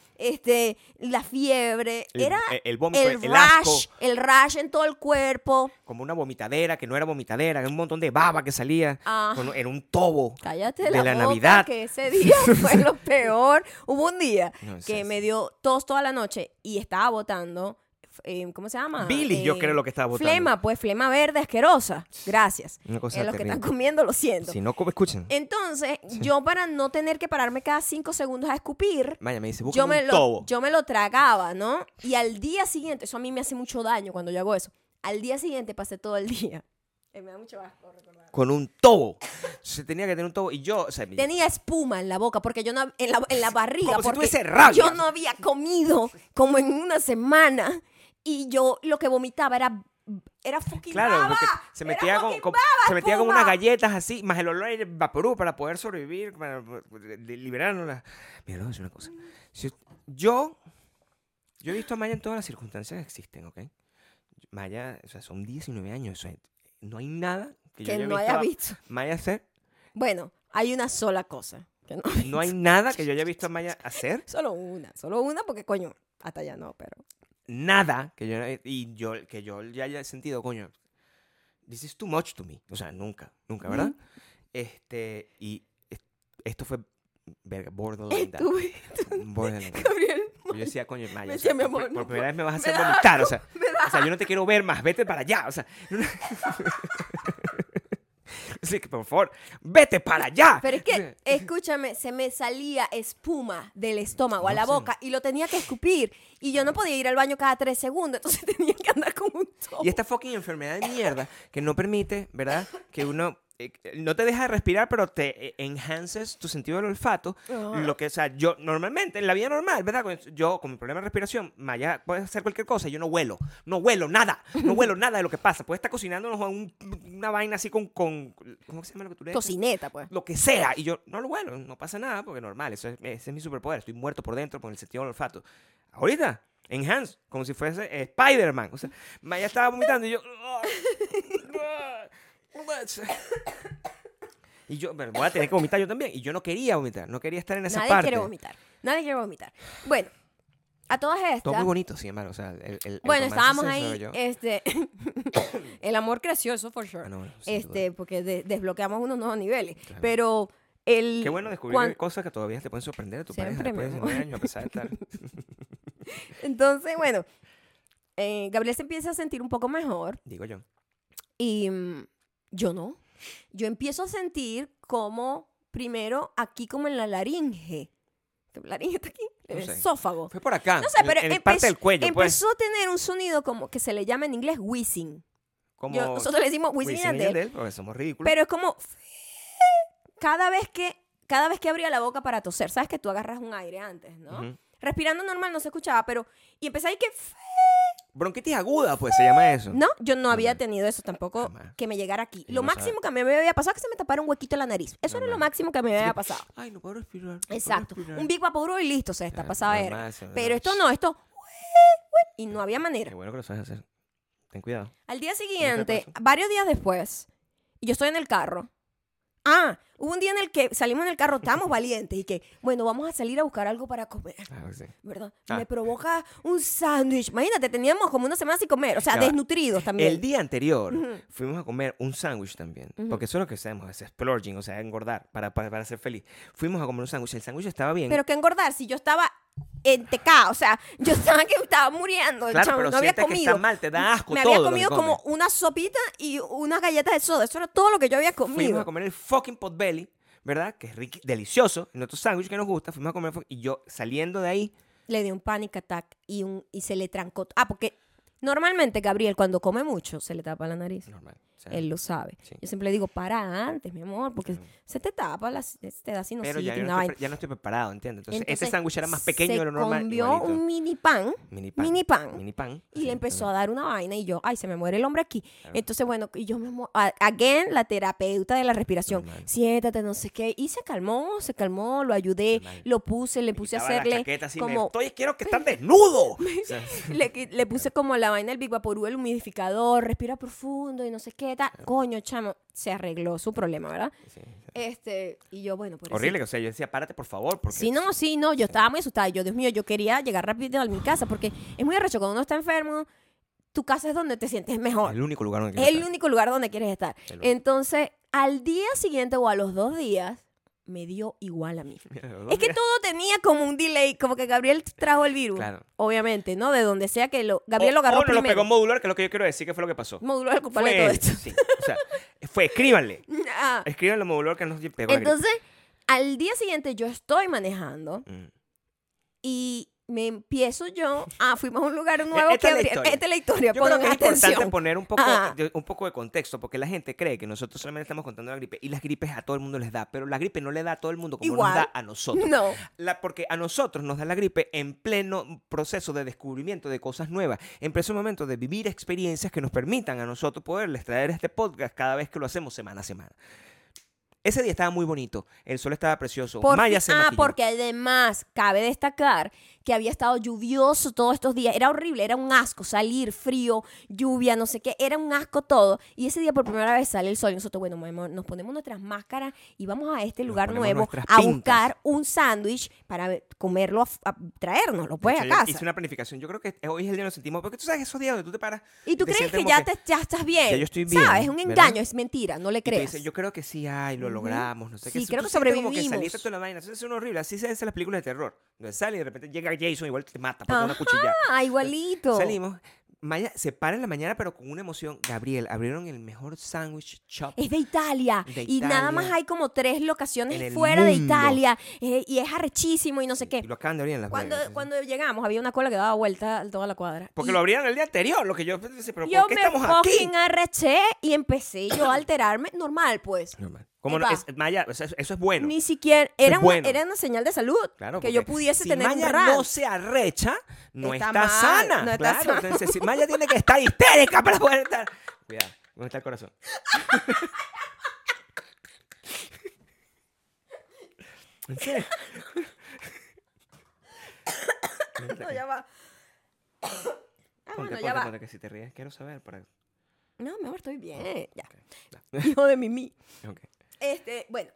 la fiebre. Era el vómito, el asco, rash, el rash en todo el cuerpo. como una vomitadera que no era vomitadera, era un montón de baba que salía. Ah. Era un tobo. Cállate De la la boca, Navidad. que ese día fue lo peor. Hubo un día No, que sí. me dio tos toda la noche y estaba botando, ¿cómo se llama? Bilis, yo creo lo que estaba botando. Flema, pues flema verde asquerosa. Gracias. Una cosa Los que terrible. están comiendo, lo siento. Si no, escuchen. Entonces, yo para no tener que pararme cada 5 segundos a escupir, Vaya, me dice, busca yo un me, tobo. lo, yo me lo tragaba, ¿no? Y al día siguiente, eso a mí me hace mucho daño cuando yo hago eso. Al día siguiente pasé todo el día. Me da mucho asco recordar. Con un tobo. Se tenía que tener un tobo. Y yo, o sea, Tenía espuma en la boca porque yo no, en la barriga, Como si porque tuviese rabia. yo no había comido como en una semana y yo lo que vomitaba era fucking claro, baba. porque se metía Era con, fucking con- baba, se metía con espuma. unas galletas así, más el olor a vaporú para poder sobrevivir, para liberarnos. Mira, no, es una cosa. Yo he visto a Maya en todas las circunstancias que existen, ¿ok? Maya, o sea, son 19 años. O sea, no hay nada que yo Que haya no visto haya a visto. Maya hacer. Bueno, hay una sola cosa que no. No hay nada que yo haya visto a Maya hacer. Solo una porque coño, hasta ya no, pero Nada que yo ya haya sentido, coño, this is too much to me. O sea, nunca, ¿verdad? Esto fue verga, borderline. estuve, Borderline. Gabriel, Yo decía, coño, Maya, Me o sea, decía, mi amor, por no primera vez me vas a me hacer da vomitar, o asco, sea, me da o sea, yo no te quiero ver más, vete para allá, o sea, así que por favor, vete para allá. pero es O que, sea, escúchame, se me salía espuma del estómago a No la sé. boca y lo tenía que escupir y yo no podía ir al baño cada 3 segundos, entonces tenía que andar con un tobo. y esta fucking enfermedad de mierda que no permite, ¿verdad? Que uno no te deja de respirar, pero te enhances tu sentido del olfato. Ajá. Lo que, o sea, yo normalmente, en la vida normal, ¿verdad? Yo, con mi problema de respiración, Maya puede hacer cualquier cosa y yo no huelo nada de lo que pasa. Puede estar cocinando una vaina así con ¿cómo se llama lo que tú le echas? Tocineta, pues. Lo que sea, y yo no lo huelo, no pasa nada, porque normal, ese es mi superpoder, estoy muerto por dentro con el sentido del olfato. Ahorita, enhance, como si fuese Spider-Man, o sea, Maya estaba vomitando y yo... Y yo, pero voy a tener que vomitar yo también, y yo no quería vomitar, no quería estar en esa Nadie parte. quiere vomitar. Nadie quiere vomitar. Bueno, a todas estas. Todo muy bonito, sin embargo, o sea, el Bueno, romance estábamos se ahí, desarrolló. el amor creció, eso for sure. Ah, no, bueno, sin duda. Porque desbloqueamos unos nuevos niveles. Claro. Pero el... Qué bueno descubrir cuan- cosas que todavía te pueden sorprender de tu pareja Siempre, después de mi 19 amor. años, a pesar de estar... Entonces, bueno, Gabriel se empieza a sentir un poco mejor Digo yo. y yo no. Yo empiezo a sentir como, primero, aquí como en la laringe. ¿La laringe está aquí? No El sé. esófago. Fue por acá, No sé, pero en parte del cuello, pues. empezó a tener un sonido como que se le llama en inglés wheezing. Como Nosotros le decimos Wisin y Wisin y Yandel, Yandel, porque somos ridículos. pero es como cada vez que abría la boca para toser, sabes que tú agarras un aire antes, ¿no? Ujú. Respirando normal no se escuchaba, pero y empecé ahí que Bronquitis aguda, pues, se llama eso. no, yo no había Jamás. tenido eso tampoco Jamás. que me llegara aquí. Y Lo no máximo sabe. que a mí me había pasado es que se me tapara un huequito en la nariz. Eso era lo Normal. máximo que a mí me había pasado. Ay, no puedo respirar. no puedo Exacto. respirar. Un Big Vaporub y listo, se destapa esa normal, verga. sí, Pero normal. esto no, esto y no había manera. Qué bueno que lo sabes hacer. Ten cuidado. Al día siguiente, pasó? varios días después, y yo estoy en el carro. Hubo un día en el que salimos en el carro, estábamos valientes y que, bueno, vamos a salir a buscar algo para comer, Ah, sí. ¿verdad? Ah. Me provoca un sándwich. Imagínate, teníamos como una semana sin comer, o sea, Ya va. desnutridos también. El día anterior Ujú. fuimos a comer un sándwich también. Ujú. Porque eso es lo que hacemos, es splurging, o sea, engordar para ser feliz. Fuimos a comer un sándwich. El sándwich estaba bien. Pero que engordar, si yo estaba entecada. O sea, yo estaba que me estaba muriendo. Claro, chamo, pero no había sientes que comido. está mal, te da asco Me todo había lo que comido como comes. una sopita y unas galletas de soda. Eso era todo lo que yo había Fuimos a comido. comer el fucking potbelly, ¿verdad? Que es delicioso. Nuestro sándwich que nos gusta. Fuimos a comer y yo saliendo de ahí. Le dio un panic attack y se le trancó. Porque normalmente Gabriel cuando come mucho se le tapa la nariz. Normal. O sea, Él lo sabe. Sí. Yo siempre le digo, para antes, mi amor, porque se te tapa, te da sinusitis pero ya, y yo una no vaina. estoy, ya no estoy preparado, ¿entiendes? Entonces ese Entonces, sándwich era más pequeño de lo normal. Se comió igualito. un mini pan. Mini Mini pan. pan. Y Sí, le empezó a también. dar una vaina y yo, ay, se me muere el hombre aquí. Claro. Entonces, bueno, y yo again, la terapeuta de la respiración. Normal. Siéntate, no sé qué. Y se calmó, lo ayudé, Normal. lo puse, le puse a Quitaba la hacerle chaqueta así, como... quiero que estén desnudo. O sea, le puse como la vaina del Big Vaporú, el humidificador, respira profundo y no sé qué tal. Coño, chamo, se arregló su problema, ¿verdad? sí. Y yo, bueno, por eso. Horrible, o sea, yo decía, párate por favor. Porque Sí, no, yo estaba muy asustada. Yo, Dios mío, yo quería llegar rápido a mi casa porque es muy arrecho. Cuando uno está enfermo, tu casa es donde te sientes es mejor. el único lugar donde Es quiero el estar. único lugar donde quieres estar. El único. Entonces, al día siguiente o a los 2 días, me dio igual a mí. Mira, los Es dos que días. todo tenía como un delay, como que Gabriel trajo el virus. Claro. Obviamente, ¿no? De donde sea que Gabriel lo O agarró nos lo primero. pegó modular, que es lo que yo quiero decir, que fue lo que pasó. Modular el culpable de Fue todo él, esto. sí. O sea, escríbanle. Ah, Escríbanle modular que nos pegó la gripe. entonces, al día siguiente yo estoy manejando Mm. y me empiezo yo. Fuimos a un lugar nuevo Esta que es la abrió. historia. Esta es la historia. Yo creo que es Pongan importante atención. poner un Ah. un poco de contexto, porque la gente cree que nosotros solamente estamos contando la gripe, y las gripes a todo el mundo les da, pero la gripe no le da a todo el mundo como Igual. nos da a nosotros. No. Porque a nosotros nos da la gripe en pleno proceso de descubrimiento de cosas nuevas, en pleno momento de vivir experiencias que nos permitan a nosotros poderles traer este podcast cada vez que lo hacemos semana a semana. Ese día estaba muy bonito, el sol estaba precioso, Maya se maquilló. Porque además cabe destacar que había estado lluvioso todos estos días. Era horrible, era un asco salir, frío, lluvia, no sé qué. Era un asco todo. Y ese día por primera vez sale el sol. Y nosotros, bueno, mi amor, nos ponemos nuestras máscaras y vamos a este lugar ponemos nuevo nuestras a pintas. buscar un sándwich para comerlo, a traérnoslo pues De a hecho, yo casa. hice una planificación. Yo creo que hoy es el día que nos sentimos, porque tú sabes esos días donde tú te paras Y tú te crees sientes que como ya estás bien. Ya yo estoy bien, ¿Sabes? Es un ¿verdad? engaño, es mentira, no le y tú creas. dices, yo creo que sí, lo logramos, no sé qué. Sí, Tú creo que sientes como que sobrevivimos. saliste toda la vaina. Eso es horrible. Así se hacen las películas de terror. Donde sale y de repente llega Jason, igual te mata, porque una cuchilla. Igualito. Salimos. Maya se para en la mañana, pero con una emoción. Gabriel, abrieron el mejor sándwich shop. Es de Italia. De Y nada más Italia. hay como 3 En locaciones el fuera de mundo. Italia. Y es arrechísimo y no sé Y qué. lo acaban de abrir en Las Vegas. Cuando llegamos había una cola que daba vuelta a toda la cuadra. Porque Y lo abrieron el día anterior. Lo que yo pensé, pero yo ¿por qué me estamos aquí? fucking arreché y empecé yo a alterarme. Normal, pues. Normal. ¿Cómo no? Epa. Maya, eso es bueno. Ni siquiera. es Era, bueno. era una señal de salud. Claro, que yo porque pudiese si tener Maya un rant. no se arrecha, no Está está, mal, sana. no está claro, sana. entonces si Maya tiene que estar histérica para poder estar. Cuidado, ¿dónde está el corazón? ¿En serio? No, ya va. Ponte, ya va. ponte, que si te ríes quiero saber. No, mejor estoy bien. Ya. Ya. Hijo de Mimi. Ok. Bueno.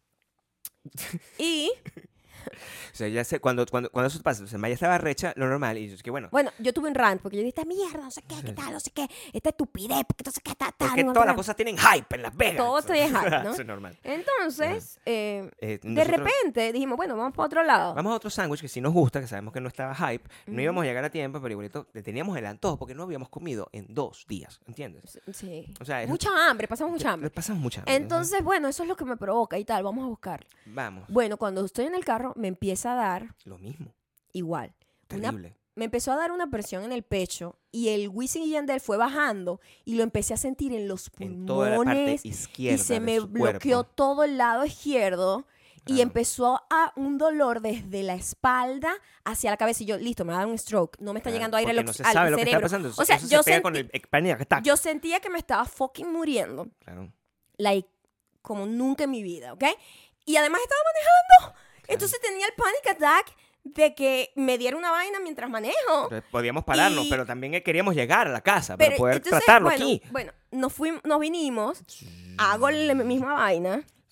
Y O sea, ya sé, cuando eso pasa, o sea, Maya estaba recha, lo normal, y yo es que bueno, bueno, yo tuve un rant porque yo dije, esta mierda, no sé qué, qué tal, no sé qué, esta estupidez, porque no sé qué, tal, porque no todas las sé cosas tienen hype en Las Vegas. Todo esto es hype, ¿no? Eso es normal. qué. Entonces, de Nosotros repente dijimos, bueno, vamos para otro lado. vamos a otro sándwich que sí nos gusta, que sabemos que no estaba hype, no íbamos a llegar a tiempo, pero igualito teníamos el antojo porque no habíamos comido en 2 días, ¿entiendes? Sí. O sea, Mucha hambre, pasamos mucha le hambre. pasamos mucha hambre. Entonces, bueno, eso es lo que me provoca y tal, vamos a buscarlo. Vamos, Bueno, cuando estoy en el carro, me empieza a dar lo mismo, igual. terrible. Me empezó a dar una presión en el pecho y el Wisin y Yandel fue bajando y lo empecé a sentir en los En toda la parte pulmones izquierda y se de me su bloqueó cuerpo. todo el lado izquierdo y Claro. empezó a un dolor desde la espalda hacia la cabeza y yo, listo, me va a dar un stroke, no me está Claro, llegando aire porque no se al sabe lo que está cerebro. pasando. O sea, Eso yo, se pega con sentí- el panic attack. yo sentía que me estaba fucking muriendo, Claro. like, como nunca en mi vida, ¿ok? Y además estaba manejando, entonces tenía el panic attack de que me diera una vaina mientras manejo. Entonces, podíamos pararnos, Y- pero también queríamos llegar a la casa para Pero poder entonces, tratarlo bueno, aquí. Bueno, nos vinimos, hago la misma vaina,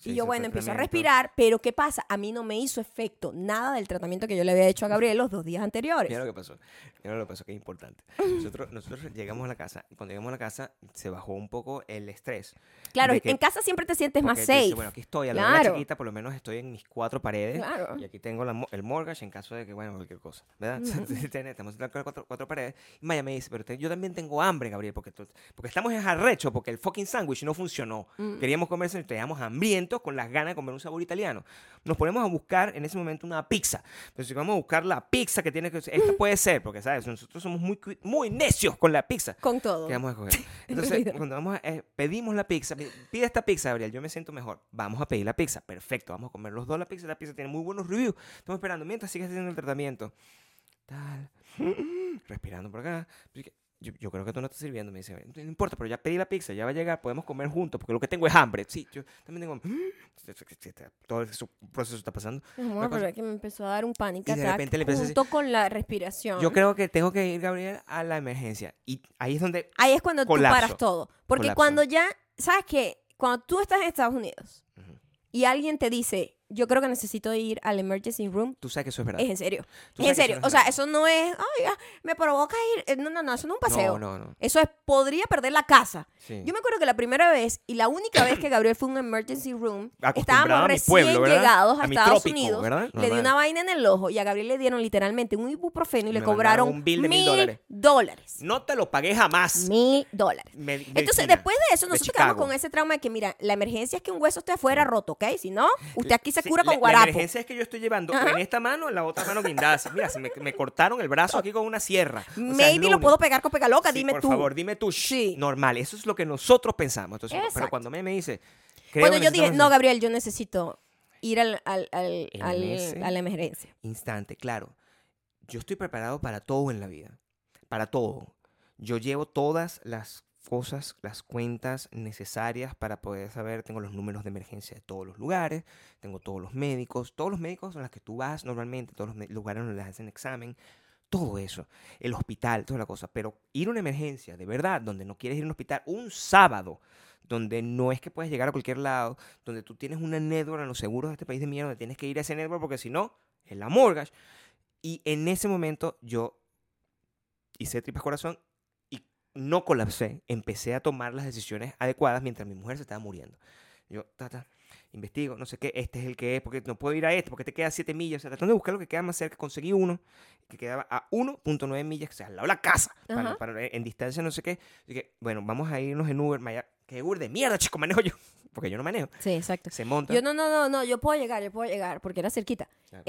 Sí, y yo, ese bueno, fue empiezo a tratamiento. respirar, pero ¿qué pasa? A mí no me hizo efecto nada del tratamiento que yo le había hecho a Gabriel los 2 días anteriores. Mira lo que pasó. Mira lo que pasó, que es importante. Nosotros llegamos a la casa y cuando llegamos a la casa se bajó un poco el estrés. Claro, de que, en casa siempre te sientes más porque tú dices, safe. bueno, aquí estoy, a la hora de la Claro. chiquita, por lo menos estoy en mis 4 paredes. Claro. Y aquí tengo el mortgage en caso de que, bueno, cualquier cosa. ¿Verdad? Estamos en las 4 paredes. Y Maya me dice, pero yo también tengo hambre, Gabriel, porque estamos en arrecho, porque el fucking sándwich no funcionó. Queríamos comerse, estábamos hambrientos con las ganas de comer un sabor italiano. Nos ponemos a buscar en ese momento una pizza. Pero si vamos a buscar la pizza que tiene que ser, esta puede ser, porque, ¿sabes? Nosotros somos muy necios con la pizza. Con todo. ¿Qué vamos a coger? Entonces, realidad. cuando pedimos la pizza, pide esta pizza, Gabriel, yo me siento mejor. Vamos a pedir la pizza, perfecto, vamos a comer los dos la pizza tiene muy buenos reviews. Estamos esperando mientras sigues haciendo el tratamiento. Tal, respirando por acá. Yo creo que tú no estás sirviendo, me dice. No importa, pero ya pedí la pizza, ya va a llegar, podemos comer juntos, porque lo que tengo es hambre. Sí, yo también tengo hambre. Todo ese proceso está pasando. Amor, pero es que me empezó a dar un panic Y de attack repente le empecé a junto con la respiración. Yo creo que tengo que ir, Gabriel, a la emergencia. Y ahí es donde Ahí es cuando colapso. tú paras todo. Porque Colapso. cuando ya, ¿sabes qué? Cuando tú estás en Estados Unidos y alguien te dice, yo creo que necesito ir al emergency room, tú sabes que eso es verdad. es en serio. Tú Es en sabes que serio. eso no O es sea, verdad. eso no es, ay, me provoca ir. No, eso no es un paseo. No. Eso es, podría perder la casa. Sí. Yo me acuerdo que la primera vez y la única vez que Gabriel fue a un emergency room, Acostumbrado estábamos a mi recién pueblo, ¿verdad? llegados a A mi Estados trópico, Unidos. ¿verdad? Le di Normal. una vaina en el ojo y a Gabriel le dieron literalmente un ibuprofeno y le Me mandaron cobraron un bill de $1,000. $1,000. No te lo pagué jamás. $1,000. Entonces, después de eso, nosotros quedamos con ese trauma de que, mira, la emergencia es que un hueso esté afuera roto, ¿ok? Si no, usted aquí se cura con La guarapo. emergencia es que yo estoy llevando en esta mano, en la otra mano guindada. Mira, me cortaron el brazo aquí con una sierra. O sea, es Maybe lo único. puedo pegar con pegaloca, Sí, dime por tú. favor, dime tú. Sí. Normal, eso es lo que nosotros pensamos. Entonces, pero Exacto. cuando me dice, creo Bueno, que yo dije, necesitamos no, hacer Gabriel, yo necesito ir En ese a la emergencia. instante, claro, yo estoy preparado para todo en la vida, para todo. Yo llevo todas las cosas, las cuentas necesarias para poder saber, tengo los números de emergencia de todos los lugares, tengo todos los médicos a los que tú vas normalmente, todos los lugares donde les hacen examen, todo eso, el hospital, toda la cosa, pero ir a una emergencia, de verdad, donde no quieres ir a un hospital un sábado, donde no es que puedes llegar a cualquier lado, donde tú tienes una network en los seguros de este país de mierda, donde tienes que ir a ese network porque si no, es la mortgage. Y en ese momento yo hice tripas corazón y no colapsé. Empecé a tomar las decisiones adecuadas mientras mi mujer se estaba muriendo. Yo, investigo, no sé qué, este es el que es, porque no puedo ir a este, porque te queda 7 millas. O sea, tratando de buscar lo que queda más cerca, conseguí uno que quedaba a 1.9 millas, que sea al lado de la casa, Ajá. en distancia, no sé qué. Así que, bueno, vamos a irnos en Uber. ¿Qué Uber de mierda, chico? Manejo yo. Porque yo no manejo. Sí, exacto. Se monta. Yo no, yo puedo llegar, porque era cerquita. Claro.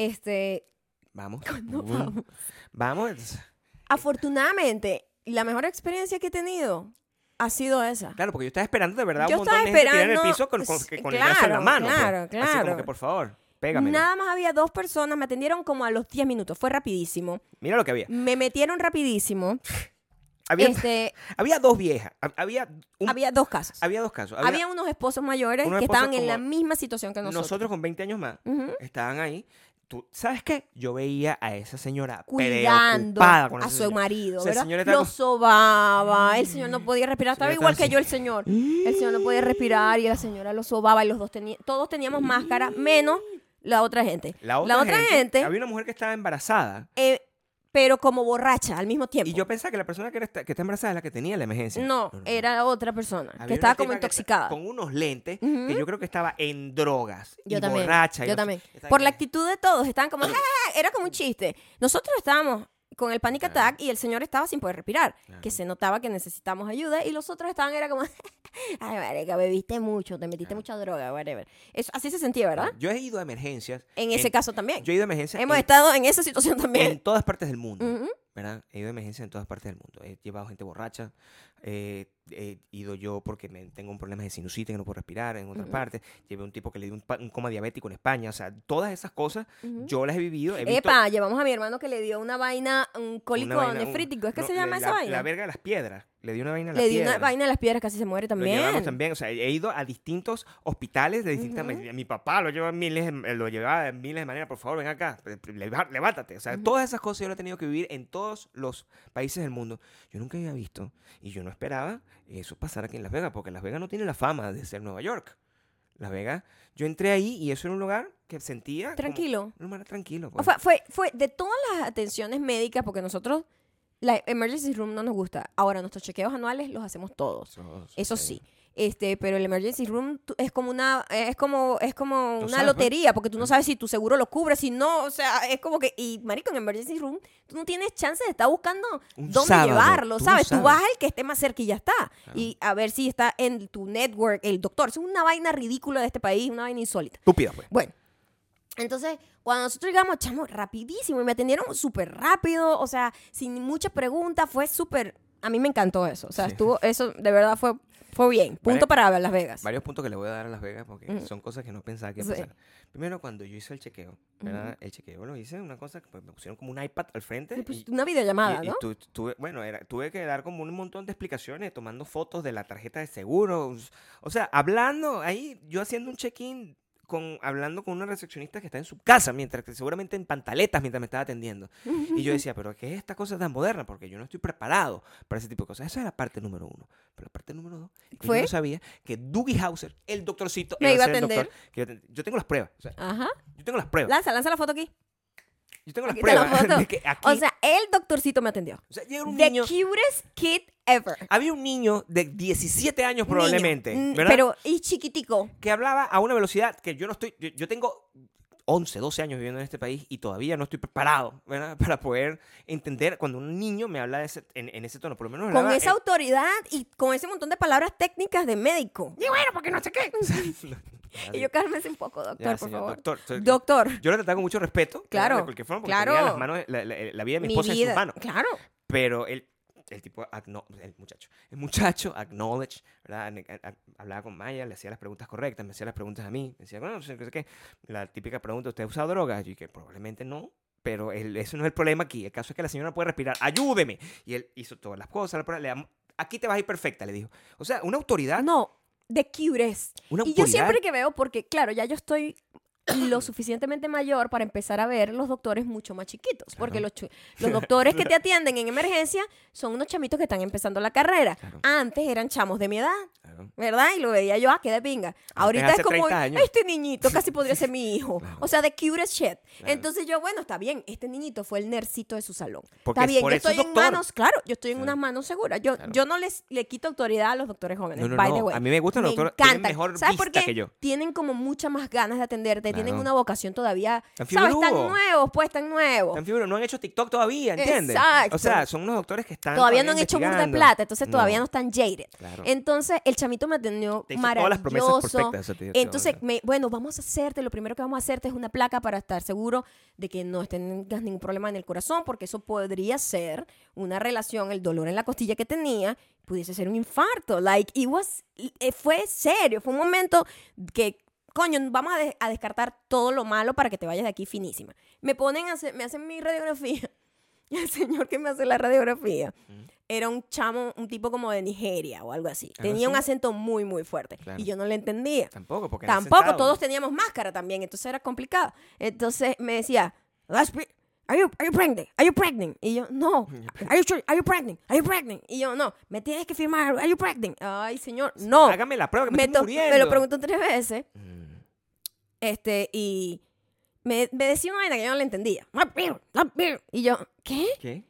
Vamos. ¿Cuándo vamos? Vamos. Afortunadamente, la mejor experiencia que he tenido ha sido esa. Claro, porque yo estaba esperando de verdad Yo un montón estaba de gente tirada en el esperando- piso con el claro, brazo en la mano. claro, pues. Así como claro. que, por favor, pégamelo. Nada más había 2 personas, me atendieron como a los 10 minutos, fue rapidísimo. Mira lo que había. Me metieron rapidísimo. Había, Este, había 2 viejas. había 2 casos. Había 2 casos. Había unos esposos mayores unos que esposos estaban en la como misma situación que nosotros. nosotros con 20 años más Ujú. estaban ahí. ¿Tú sabes qué? Yo veía a esa señora Cuidando preocupada con a ese su señor. marido, O sea, el ¿verdad? señor estaba Lo con- sobaba, el señor no podía respirar, estaba señor igual estaba que yo el señor. El señor no podía respirar y la señora lo sobaba y los dos todos teníamos máscara, menos la otra gente. La otra gente, había una mujer que estaba embarazada. pero como borracha al mismo tiempo. Y yo pensaba que la persona que está embarazada es la que tenía la emergencia. No, era otra persona Había que una estaba tipa como intoxicada. con unos lentes Ujú. que yo creo que estaba en drogas. Yo y también, borracha. y yo no sé- también. estaba Por la que- actitud de todos, estaban como, "Ja, ja, ja", era como un chiste. Nosotros estábamos con el panic Claro. attack y el señor estaba sin poder respirar, Claro. que se notaba que necesitamos ayuda y los otros estaban, era como, ay, marica, bebiste mucho, te metiste Claro. mucha droga, whatever. Así se sentía, ¿verdad? Yo he ido a emergencias. En ese caso también. Yo he ido a emergencias Hemos estado en esa situación en también. todas partes del mundo. Ujú. ¿Verdad? He ido a emergencias en todas partes del mundo. He llevado gente borracha. He ido yo porque tengo un problema de sinusitis que no puedo respirar en otras Ujú. partes. Llevé un tipo que le dio un coma diabético en España. O sea, todas esas cosas Ujú. yo las he vivido. He visto Epa, llevamos a mi hermano que le dio una vaina, un cólico una vaina, nefrítico. ¿Es que no, se llama esa vaina? La verga de las piedras. Le dio una vaina a las Le dio una piedras. vaina en las piedras, casi se muere Lo también. llevamos también, o sea, he ido a distintos hospitales de distintas Ujú. Mi papá lo llevaba de miles de maneras, por favor, ven acá, levántate. O sea, todas esas cosas yo las he tenido que vivir en todos los países del mundo. Yo nunca había visto y yo no esperaba eso pasar aquí en Las Vegas, porque Las Vegas no tiene la fama de ser Nueva York. Las Vegas, yo entré ahí y eso era un lugar que sentía... Tranquilo. Un lugar tranquilo. O Pues. fue de todas las atenciones médicas, porque nosotros, la emergency room no nos gusta. Ahora, nuestros chequeos anuales los hacemos todos. Eso sí. Pero el emergency room es como una sabes, lotería, porque tú no sabes si tu seguro lo cubre, si no, o sea, es como que, y marico, en emergency room tú no tienes chance de estar buscando Un dónde sábado, llevarlo, tú ¿sabes? no Tú sabes. vas al que esté más cerca y ya está. Y a ver si está en tu network, el doctor. Eso es una vaina ridícula de este país, una vaina insólita. Estúpida, pues. Bueno, entonces, cuando nosotros llegamos, chamo, rapidísimo, y me atendieron súper rápido, o sea, sin muchas preguntas, fue súper... A mí me encantó eso, o sea, Sí. eso de verdad fue bien. Punto para Las Vegas. Varios puntos que le voy a dar a Las Vegas porque son cosas que no pensaba que iba a Sí. pasar. Primero, cuando yo hice el chequeo, ¿verdad? El chequeo lo hice una cosa que pues, me pusieron como un iPad al frente. Pues, una videollamada, ¿no? Tuve que dar como un montón de explicaciones, tomando fotos de la tarjeta de seguro. O sea, hablando ahí, yo haciendo un check-in, hablando con una recepcionista que está en su casa, mientras que seguramente en pantaletas mientras me estaba atendiendo. Y yo decía, pero ¿qué es esta cosa tan moderna? Porque yo no estoy preparado para ese tipo de cosas. Esa es la parte número 1. Pero la parte número 2, que ¿Fue? yo no sabía que Dougie Hauser, el doctorcito, Me iba a ser el atender. doctor, yo tengo las pruebas. O sea, Ajá. yo tengo las pruebas. Lanza la foto aquí. Yo tengo las Aquí está la pruebas foto. de que aquí, O sea, el doctorcito me atendió. llega un The niño. cutest kid ever. Había un niño de 17 años Niño. probablemente, ¿verdad? Pero, y chiquitico. Que hablaba a una velocidad que yo no estoy... Yo tengo 11, 12 años viviendo en este país y todavía no estoy preparado, ¿verdad? Para poder entender cuando un niño me habla en ese tono. Por lo menos Con hablaba esa autoridad y con ese montón de palabras técnicas de médico. Y bueno, porque no sé qué. Y yo cálmese un poco, doctor, Ya, por señor favor. doctor. Doctor. Yo lo trataba con mucho respeto. Claro, De cualquier forma, porque claro. tenía las manos, la vida de mi esposa en sus manos. Claro. Pero el tipo, el muchacho, acknowledge, ¿verdad? Hablaba con Maya, le hacía las preguntas correctas, me hacía las preguntas a mí, me decía, bueno, no sé qué. La típica pregunta, ¿usted ha usado drogas? Y que probablemente no, pero eso no es el problema aquí. El caso es que la señora no puede respirar, ayúdeme. Y él hizo todas las cosas, aquí te vas a ir perfecta, le dijo. O sea, una autoridad. No, the cutest. Una Y yo autoridad. siempre que veo, porque claro, ya yo estoy lo suficientemente mayor para empezar a ver los doctores mucho más chiquitos. Porque los doctores que te atienden en emergencia son unos chamitos que están empezando la carrera. Claro. Antes eran chamos de mi edad, Claro. ¿verdad? Y lo veía yo, qué de pinga. Ahorita hace es como, 30 años. este niñito casi podría ser mi hijo. Claro. O sea, the cutest shit. Claro. Entonces yo, bueno, está bien, este niñito fue el nercito de su salón. Porque Está bien, por yo eso es estoy en doctor. manos, claro, yo estoy en Sí. unas manos seguras. Yo Claro. no le quito autoridad a los doctores jóvenes, No, by the way. a mí me gustan los doctores, tienen mejor ¿Sabes por vista qué? que yo. Tienen como muchas más ganas de atenderte, tienen Claro. una vocación todavía, Tan ¿sabes? Tan figurudo. nuevos, pues, tan nuevos. Tan figura, no han hecho TikTok todavía, ¿entiendes? Exacto. O sea, son unos doctores que están Todavía no han hecho burda de investigando. plata, entonces todavía no están jaded. Claro. Entonces, el chamito me atendió Te hizo todas las promesas maravilloso. perfectas, eso te Entonces, digo. bueno, vamos a hacerte, lo primero que vamos a hacerte es una placa para estar seguro de que no tengas ningún problema en el corazón, porque eso podría ser una relación, el dolor en la costilla que tenía, pudiese ser un infarto. Fue serio, fue un momento que, coño, vamos a descartar todo lo malo para que te vayas de aquí finísima. Me hacen mi radiografía. Y el señor que me hace la radiografía era un tipo como de Nigeria o algo así. ¿Ah, Tenía un sí? acento muy, muy fuerte. Claro. Y yo no le entendía. Tampoco, porque Tampoco, todos teníamos máscara también, entonces era complicado. Entonces me decía, Are you pregnant? Are you pregnant? Y yo, no. Are you pregnant? Are you pregnant? Y yo, no. Me tienes que firmar. Are you pregnant? Ay, señor, no. Hágame la prueba que me estoy muriendo. Me lo preguntó 3 veces. Mm. Y me decía una vaina que yo no le entendía. Y yo, ¿qué? ¿Qué?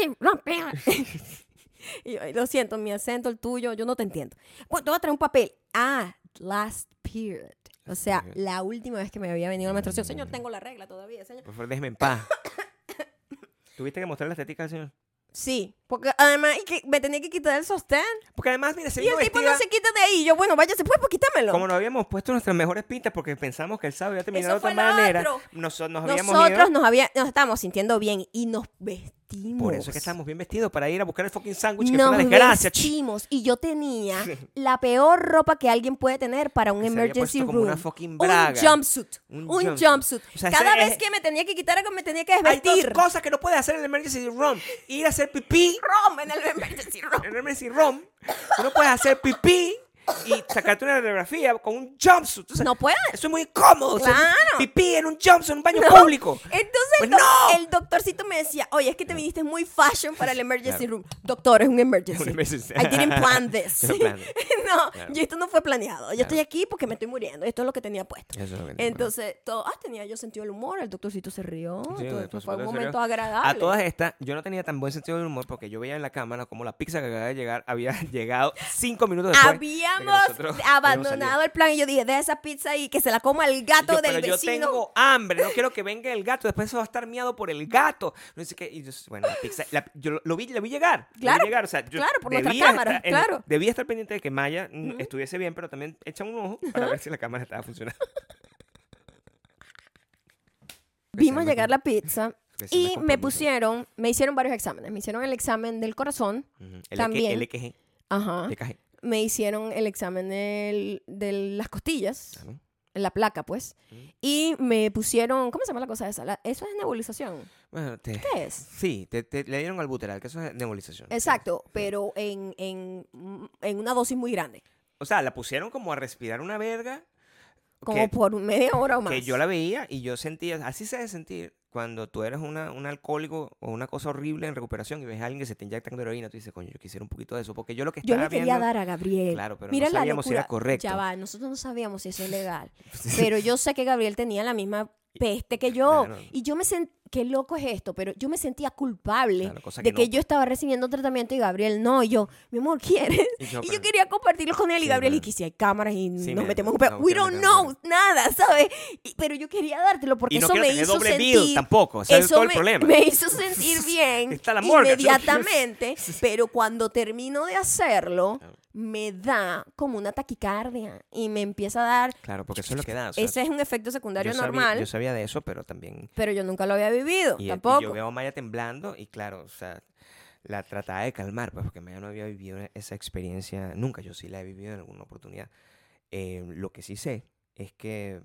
Y yo, lo siento, mi acento, el tuyo, yo no te entiendo. Bueno, te voy a traer un papel. Last period. O sea, period. la última vez que me había venido la menstruación. Señor, tengo la regla todavía, señor. Por favor, déjeme en paz. ¿Tuviste que mostrar la estética del señor? Sí, porque además me tenía que quitar el sostén. Porque además, mira, se Y el vino tipo vestida no se quita de ahí. Yo, bueno, váyase pues quítamelo. como nos habíamos puesto nuestras mejores pintas porque pensamos que el sábado iba a terminar de Eso fue otra lo manera. otro. Nos habíamos Nosotros ido. nos estábamos sintiendo bien y nos vestimos. Por eso es que estábamos bien vestidos para ir a buscar el fucking sándwich que fue Nos una desgracia. vestimos y yo tenía la peor ropa que alguien puede tener para un Que se había emergency puesto como room. una fucking braga. Un jumpsuit. Un Un jumpsuit. jumpsuit. O sea, Cada ese vez es- que me tenía que quitar algo me tenía que Hay desvestir. dos cosas que no puedes hacer en el emergency room. Ir a hacer pipí Rom en el emergency room. en el emergency room. Tú no puedes hacer pipí y sacarte una radiografía con un jumpsuit. Entonces, No puede. eso es muy incómodo. O sea, Claro. pipí en un jumpsuit en un baño No. público. Entonces Pues no. el doctorcito me decía, oye, es que te viniste muy fashion para el emergency room. Doctor, es un emergency. Un emergency. I didn't plan this. Yo no plan. No, Claro. yo esto no fue planeado. Yo Claro. estoy aquí porque me estoy muriendo. Esto es lo que tenía puesto. Eso es lo que te Entonces, tenía yo sentido del humor. El doctorcito se rió. Sí, todo por esto fue supuesto, un en momento serio. agradable. A todas estas, yo no tenía tan buen sentido del humor porque yo veía en la cámara como la pizza que acababa de llegar había llegado 5 minutos después. Habíamos de que nosotros abandonado el plan y yo dije, deja esa pizza ahí, que se la coma el gato Yo, del pero vecino. yo tengo hambre, no quiero que venga el gato, después eso va a estar miado por el gato. No sé qué, y yo, bueno, la pizza, yo lo vi llegar. Lo Claro, vi llegar, o sea, yo claro, por nuestra debía cámara, estar claro. debía estar pendiente de que Maya estuviese bien, pero también echa un ojo para ver si la cámara estaba funcionando. Vimos llegar la pizza Que se me y compromiso. me hicieron varios exámenes. Me hicieron el examen del corazón. Ujú. También. LKG. Ajá. LKG. Me hicieron el examen de las costillas. Claro. La placa, pues. Y me pusieron, ¿cómo se llama la cosa esa? Eso es nebulización. Bueno, ¿Qué es? Sí, le dieron albuterol, que eso es nebulización. Exacto, pero en una dosis muy grande. O sea, la pusieron como a respirar una verga. Como que- por media hora o más. Que yo la veía y yo sentía, así se debe sentir cuando tú eres un alcohólico o una cosa horrible en recuperación y ves a alguien que se está inyectando heroína, tú dices, coño, yo quisiera un poquito de eso, porque yo lo que Yo estaba le quería viendo, dar a Gabriel. Claro, pero Mira no la sabíamos si era locura. correcto. Ya va, nosotros no sabíamos si eso es legal. Pero yo sé que Gabriel tenía la misma peste que yo. Claro. Y yo me sentí, qué loco es esto, pero yo me sentía culpable Claro, cosa de que que no, yo estaba recibiendo tratamiento y Gabriel no. Y yo, mi amor, ¿quieres? Y Y yo, yo pero- quería compartirlo con él y Sí, Gabriel, y pero- que si hay cámaras y Sí, nos me- metemos un pedo. no We quiero don't meternos know nada, ¿sabes? Pero yo quería dártelo porque Y no eso quiero me tener hizo doble sentir. bill tampoco, ese es eso todo el me- problema. Me hizo sentir bien Está la morga, ¿no? inmediatamente, pero cuando termino de hacerlo, Claro. me da como una taquicardia y me empieza a dar. Claro, porque eso es lo que da. O sea, Ese es un efecto secundario yo normal, sabía de eso, pero también... pero yo nunca lo había vivido, Y tampoco. yo veo a Maya temblando y claro, o sea, la trataba de calmar, pues porque Maya no había vivido esa experiencia nunca. Yo sí la he vivido en alguna oportunidad. Lo que sí sé es que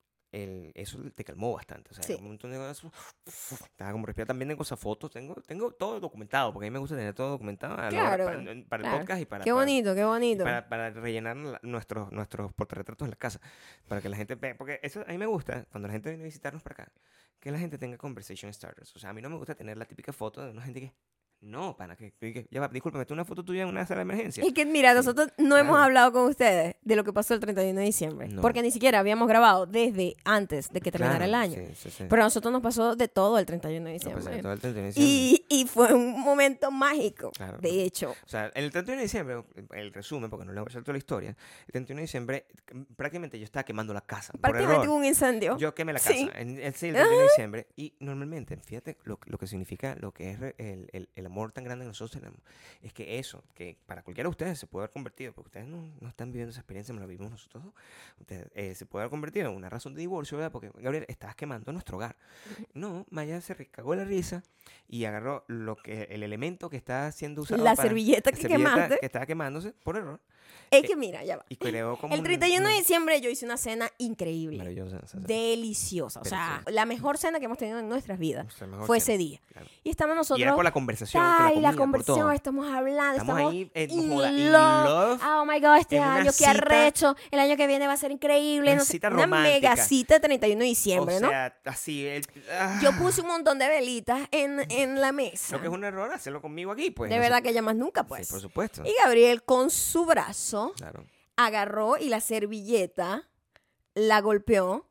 eso te calmó bastante. O sea, Sí. un montón de cosas, estaba como respirando. También tengo esas fotos, tengo todo documentado, porque a mí me gusta tener todo documentado a la hora Claro, para el claro. podcast y para, Qué bonito, qué bonito. para rellenar nuestros portarretratos en la casa, para que la gente vea, porque eso a mí me gusta, cuando la gente viene a visitarnos para acá, que la gente tenga conversation starters. O sea, a mí no me gusta tener la típica foto de una gente que, no, pana, ya va, discúlpame, ¿tú una foto tuya en una sala de emergencia? Y que mira, nosotros no hemos Claro. hablado con ustedes de lo que pasó el 31 de diciembre, No. porque ni siquiera habíamos grabado desde antes de que terminara Claro, el año. sí, sí, sí. Pero a nosotros nos pasó de todo el 31 de No, pues, diciembre. todo el 31 de diciembre. Y fue un momento mágico, Claro. de hecho. O sea, el 31 de diciembre, el resumen, porque no le voy a hacer toda la historia, el 31 de diciembre prácticamente yo estaba quemando la casa. Por Prácticamente error. hubo un incendio. Yo quemé la casa Sí. el 31 de diciembre y normalmente, fíjate lo que significa, lo que es el amor tan grande que nosotros tenemos, es que eso, que para cualquiera de ustedes se puede haber convertido, porque ustedes no están viviendo esa experiencia, me la vivimos nosotros dos, se puede haber convertido en una razón de divorcio, ¿verdad? Porque, Gabriel, estabas quemando nuestro hogar. No, Maya se cagó la risa y agarró el elemento que está siendo usado La para- servilleta la que servilleta quemaste. que estaba quemándose por error. Es que mira, ya va. Y creó como El 31 de diciembre yo hice una cena increíble. Maravillosa. esa cena. Deliciosa. O sea, Deliciosa. la mejor cena que hemos tenido en nuestras vidas Nuestra mejor fue cena, ese día. claro. Y estamos nosotros. Y era por la conversación, Ay, con la la comida, por conversación, todo. estamos hablando, Estamos ahí, in joda, in love. love, Oh my God, este en una año, qué cita- arrecho. El año que viene va a ser increíble. Una No sé, cita una romántica. mega cita de 31 de diciembre, o ¿no? sea, así. Yo puse un montón de velitas en la mesa. Lo que es un error hacerlo conmigo aquí, pues. De no verdad sé- que ya más nunca, pues. Sí, por supuesto. Y Gabriel con su brazo Claro. agarró y la servilleta la golpeó,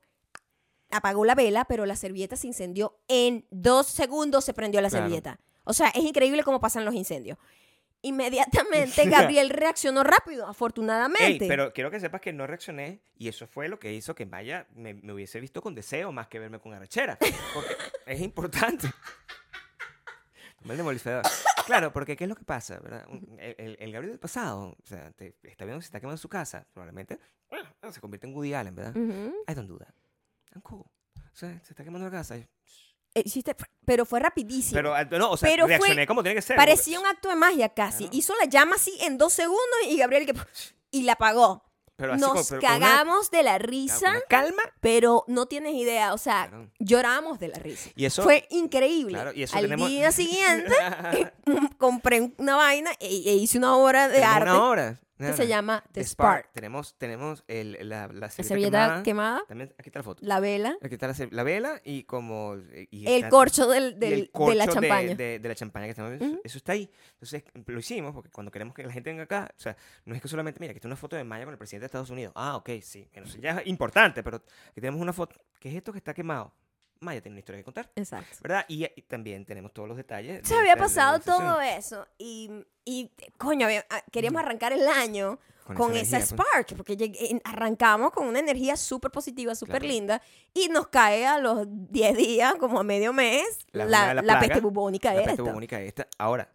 apagó la vela, pero la servilleta se incendió en 2 segundos, se prendió la Claro. servilleta. O sea, es increíble cómo pasan los incendios. Inmediatamente Gabriel reaccionó rápido, Ey, afortunadamente. pero quiero que sepas que no reaccioné y eso fue lo que hizo que Maya me hubiese visto con deseo más que verme con arrechera. Porque es importante. Tomé el demoledor. Claro, porque ¿qué es lo que pasa? ¿Verdad? El Gabriel del pasado, o sea, está viendo que se está quemando su casa, probablemente se convierte en Woody Allen, ¿verdad? Ujú. I don't do that. I'm cool. O sea, se está quemando la casa. Pero fue rapidísimo. Pero, no, o sea, Pero fue- reaccioné como tiene que ser. Parecía un acto de magia casi. Claro. Hizo la llama así en 2 segundos y Gabriel y la apagó. Pero así Nos como- pero con una- cagamos de la con risa. una calma. Pero no tienes idea, o sea, Claro. lloramos de la risa. Y eso- fue increíble. Claro, y eso Al tenemos- día siguiente compré una vaina e hice una obra de Tenemos arte. una hora. que se llama The Spark. Tenemos la La servilleta servilleta quemada, También, aquí está la foto. la vela, Aquí está la vela y como... y el está- corcho y el de corcho la champaña. de la champaña que estamos viendo. Eso está ahí. Entonces, lo hicimos porque cuando queremos que la gente venga acá, o sea, no es que solamente, mira, que está una foto de Maya con el presidente de Estados Unidos. Ah, ok, sí. Bueno, eso ya es importante, pero aquí tenemos una foto. ¿Qué es esto que está quemado? Maya tiene una historia que contar, Exacto. ¿verdad? Y también tenemos todos los detalles. Se había pasado todo eso y coño, queríamos arrancar el año con esa energía, pues. spark, porque arrancamos con una energía súper positiva, súper Claro. linda, y nos cae a los 10 días, como a medio mes, la plaga, peste bubónica la peste esta. bubónica esta. Ahora,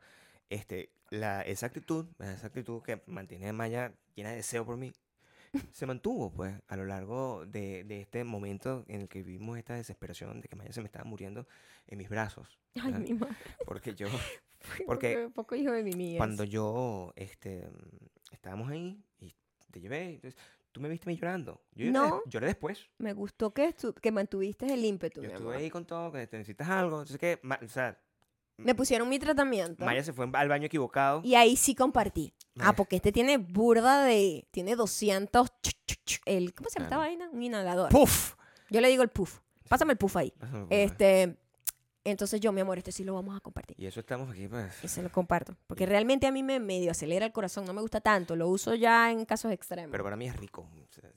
esa actitud que mantiene a Maya llena de deseo por mí, se mantuvo, pues, a lo largo de este momento en el que vivimos esta desesperación de que Maya se me estaba muriendo en mis brazos. Ay, ¿verdad? mi madre. Porque yo, Porque poco hijo de Mimi es. cuando yo, estábamos ahí y te llevé, entonces, tú me viste a mí llorando. Yo No. lloré después. Me gustó que mantuviste el ímpetu, Yo mi estuve amor. ahí con todo, que te necesitas algo. Entonces, que, o sea, Me pusieron mi tratamiento. Maya se fue al baño equivocado. Y ahí sí compartí. Maya. Porque tiene burda de... Tiene 200... ¿Cómo se llama esta Claro. vaina? Un inhalador. ¡Puf! Yo le digo el puff. Pásame el puff ahí. Pásame el puff. Entonces yo, mi amor, sí lo vamos a compartir. Y eso estamos aquí, pues. Y se lo comparto. Porque realmente a mí me medio acelera el corazón. No me gusta tanto. Lo uso ya en casos extremos. Pero para mí es rico. O sea,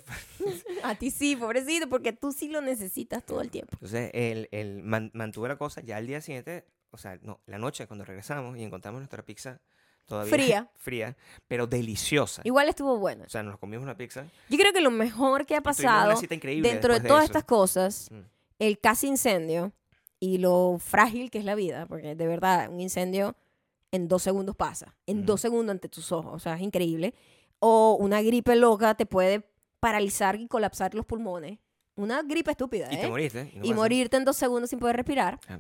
A ti sí, pobrecito, porque tú sí lo necesitas todo el tiempo. Entonces, mantuve la cosa. Ya al día siguiente, o sea, no, la noche cuando regresamos y encontramos nuestra pizza todavía fría, pero deliciosa. Igual estuvo bueno. O sea, nos comimos una pizza. Yo creo que lo mejor que ha tuvimos pasado una cita increíble dentro de después de todas eso. estas cosas, Mm. el casi incendio y lo frágil que es la vida, porque de verdad un incendio en 2 segundos pasa, en Ujú. 2 segundos ante tus ojos, o sea, es increíble. O una gripe loca te puede paralizar y colapsar los pulmones. Una gripe estúpida, Y te ¿eh? moriste. no Y pasa. morirte en 2 segundos sin poder respirar. Claro.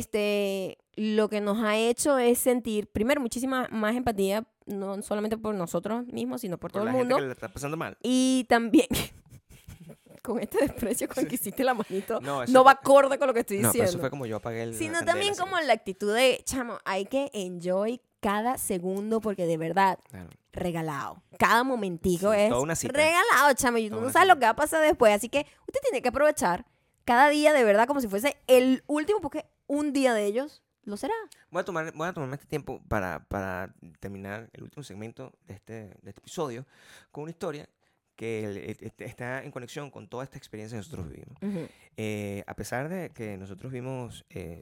Lo que nos ha hecho es sentir, primero, muchísima más empatía, no solamente por nosotros mismos, sino por Por todo la el gente mundo. que le está pasando mal. Y también, con este desprecio con que hiciste la manito, No, eso no va fue- acorde con lo que estoy No, pero diciendo. eso fue como yo apagué el. Sino la candela, también así. como la actitud de, chamo, hay que enjoy cada segundo porque de verdad, Claro. regalado. Cada momentico Sí, es toda una cita. regalado, chamo. Y tú Toda no una sabes cita. lo que va a pasar después. Así que usted tiene que aprovechar cada día de verdad como si fuese el último, porque un día de ellos lo será. Voy a tomarme este tiempo para terminar el último segmento de este episodio con una historia que está en conexión con toda esta experiencia que nosotros vivimos. A pesar de que nosotros vimos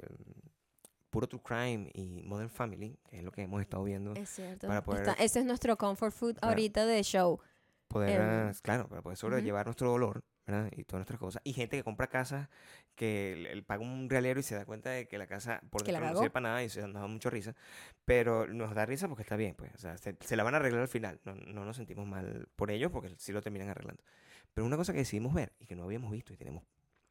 puro True Crime y Modern Family, que es lo que hemos estado viendo, Es cierto. Para poder- Ese es nuestro comfort food Claro. ahorita de show. claro, para poder sobrellevar nuestro dolor, ¿verdad? Y todas nuestras cosas. Y gente que compra casas que paga un realero y se da cuenta de que la casa por Que la dentro no cagó. sirve para nada y se nos da mucho risa. Pero nos da risa porque está bien, pues. O sea, se la van a arreglar al final. No nos sentimos mal por ello porque sí lo terminan arreglando. Pero una cosa que decidimos ver y que no habíamos visto y tenemos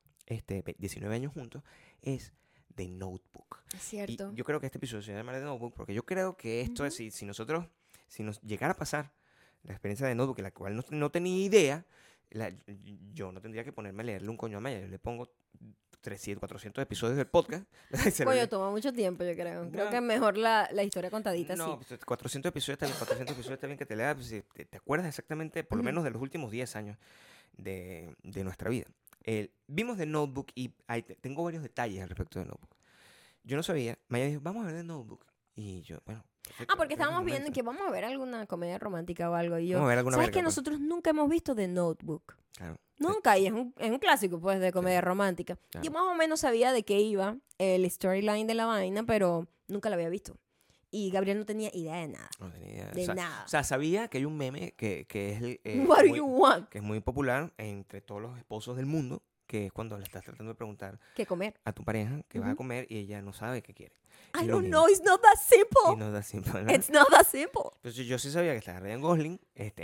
19 años juntos es The Notebook. Es Y cierto. yo creo que este episodio se llama The Notebook porque yo creo que esto es, si nos llegara a pasar la experiencia de Notebook, la cual no tenía idea, yo no tendría que ponerme a leerle un coño a Maya. Yo le pongo 300, 400 episodios del podcast. Se lo Coño, leo. toma mucho tiempo, yo creo. Creo No. que es mejor la historia contadita No, así. pues, 400 episodios está bien, 400 episodios está bien que te leas. Pues, si te acuerdas exactamente, por lo Ujú. menos de los últimos 10 años de nuestra vida. Vimos The Notebook y tengo varios detalles al respecto de Notebook. Yo no sabía. Maya dijo, vamos a ver The Notebook. Y yo, bueno. perfecto, Porque este es el estábamos viendo momento. que vamos a ver alguna comedia romántica o algo. Y yo, Vamos a ver alguna ¿sabes verga, que pues. nosotros nunca hemos visto The Notebook? Claro. Nunca, y es un clásico, pues, de comedia romántica. Claro. Yo más o menos sabía de qué iba el storyline de la vaina, pero nunca la había visto. Y Gabriel no tenía idea de nada. No tenía idea. De nada. O sea, sabía que hay un meme que es What do muy, you want? que es muy popular entre todos los esposos del mundo, que es cuando le estás tratando de preguntar ¿Qué comer? a tu pareja qué vas a Ujú. comer y ella no sabe qué quiere. I Y lo don't mismo. know, it's not that Y simple. no da simple, ¿verdad? It's not that simple. Entonces yo sí sabía que estaba Ryan Gosling,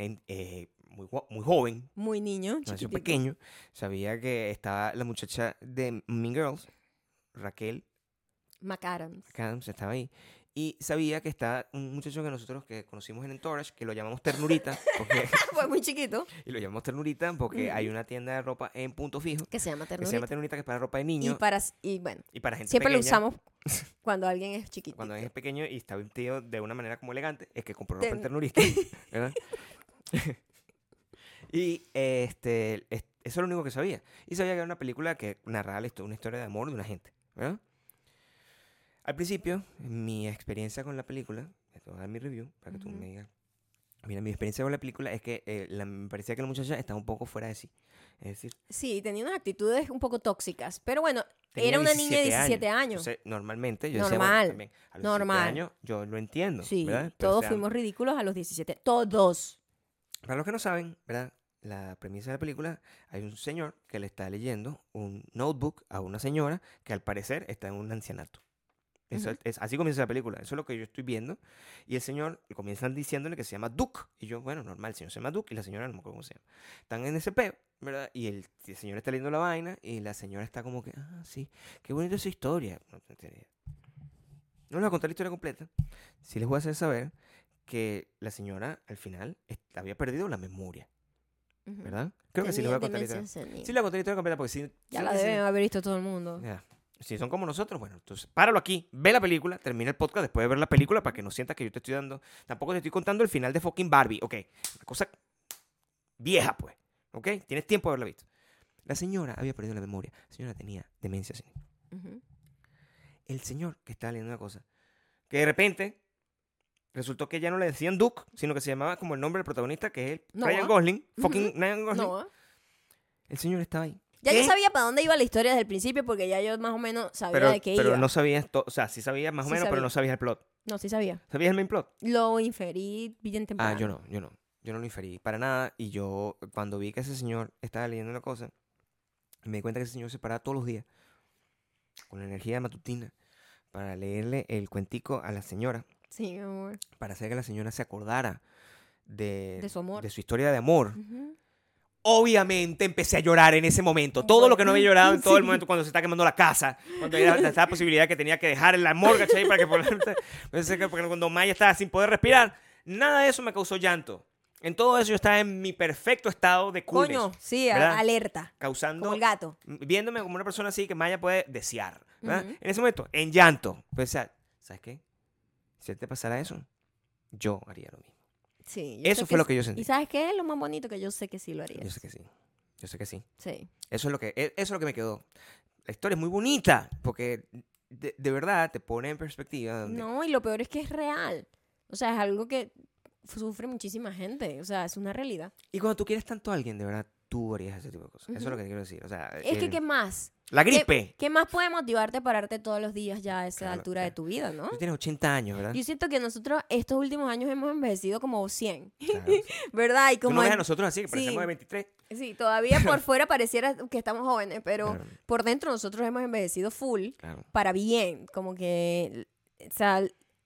muy joven, Muy niño, nació chiquitico. pequeño. Sabía que estaba la muchacha de Mean Girls, Raquel McAdams. McAdams, estaba ahí. Y sabía que está un muchacho que nosotros que conocimos en Entourage, que lo llamamos Ternurita, porque, Fue muy chiquito. y lo llamamos Ternurita porque hay una tienda de ropa en Punto Fijo, Que se llama que se llama ternurita. Ternurita, que es para ropa de Y niños bueno, y para gente siempre lo pequeña. usamos cuando alguien es chiquito. Cuando es pequeño y está vestido de una manera como elegante, es que compró ropa en Ten- Ternurista, ¿verdad? Y eso es lo único que sabía. Y sabía que era una película que narraba una historia de amor de una gente, ¿verdad? Al principio, mi experiencia con la película, te voy a dar mi review para que tú me digas. Mira, mi experiencia con la película es que me parecía que la muchacha estaba un poco fuera de sí. Es decir, Sí, tenía unas actitudes un poco tóxicas. Pero bueno, tenía era una niña de 17 17 años. Entonces, normalmente, yo decía, Normal, bueno, también, a los 17 normal. años yo lo entiendo, Sí, ¿verdad? Pero, todos o sea, fuimos ridículos a los 17. Todos. para los que no saben, ¿verdad? La premisa de la película, hay un señor que le está leyendo un notebook a una señora que al parecer está en un ancianato. Eso así comienza la película, eso es lo que yo estoy viendo. Y el señor comienzan diciéndole que se llama Duke. Y yo, bueno, normal, el señor se llama Duke y la señora no me acuerdo cómo se llama. Están en ese peo, ¿verdad? Y el señor está leyendo la vaina y la señora está como que, ah, sí, qué bonita esa historia. No les voy a contar la historia completa. Sí les voy a hacer saber que la señora al final había perdido la memoria. ¿Verdad? Creo que sí les voy a contar la historia. Sí les voy a contar la historia completa porque sí. Ya la deben haber visto todo el mundo. Ya. Si son como nosotros, bueno, entonces páralo aquí, ve la película, termina el podcast después de ver la película para que no sientas que yo te estoy dando. Tampoco te estoy contando el final de fucking Barbie, ok. Una cosa vieja, pues, ok. Tienes tiempo de haberla visto. La señora había perdido la memoria. La señora tenía demencia senil. El señor que estaba leyendo una cosa, que de repente resultó que ya no le decían Duke, sino que se llamaba como el nombre del protagonista, que es el Ryan Gosling, fucking Ryan Gosling. No. El señor estaba ahí. Ya ¿Qué? yo sabía para dónde iba la historia desde el principio porque ya yo más o menos sabía Pero, de qué pero iba. no sabías, o sea, sí sabías más o Sí menos, pero sabía. no sabías el plot. No, sí sabía. ¿Sabías el main plot? Lo inferí bien temprano. Ah, yo no lo inferí para nada. Y yo, cuando vi que ese señor estaba leyendo una cosa, me di cuenta que ese señor se paraba todos los días con la energía matutina para leerle el cuentico a la señora, Sí, mi amor. para hacer que la señora se acordara De su amor. de su historia de amor. Ujú. Obviamente empecé a llorar en ese momento. Todo lo que no había llorado en todo el Sí. momento cuando se está quemando la casa. Cuando era la posibilidad que tenía que dejar el amor, ¿cachai? Para que porque cuando Maya estaba sin poder respirar. Nada de eso me causó llanto. En todo eso yo estaba en mi perfecto estado de coolness. Coño, sí, ¿verdad? alerta. Causando... Como el gato. Viéndome como una persona así que Maya puede desear. ¿Verdad? Ujú. En ese momento, en llanto. Pues, ¿sabes qué? Si a él te pasara eso, yo haría lo mismo. Sí. yo Eso sé fue lo sí. que yo sentí. ¿Y sabes qué es lo más bonito? Que yo sé que sí lo haría. Yo sé que sí. Yo sé que sí. Sí. Eso es lo que me quedó. La historia es muy bonita porque de verdad te pone en perspectiva. No, y lo peor es que es real. O sea, es algo que sufre muchísima gente. O sea, es una realidad. Y cuando tú quieres tanto a alguien, de verdad, tú harías ese tipo de cosas. Eso es lo que te quiero decir. O sea, Es que, ¿qué más? la gripe. ¿Qué más puede motivarte a pararte todos los días ya a esa Claro, altura de claro. tu vida, no? Tú tienes 80 años, ¿verdad? Yo siento que nosotros estos últimos años hemos envejecido como 100, Claro. ¿verdad? Y Tú como no ves a en- nosotros así, que Sí. parecemos de 23. Sí, todavía por fuera pareciera que estamos jóvenes, pero Claro. por dentro nosotros hemos envejecido full Claro. para bien, como que, o sea,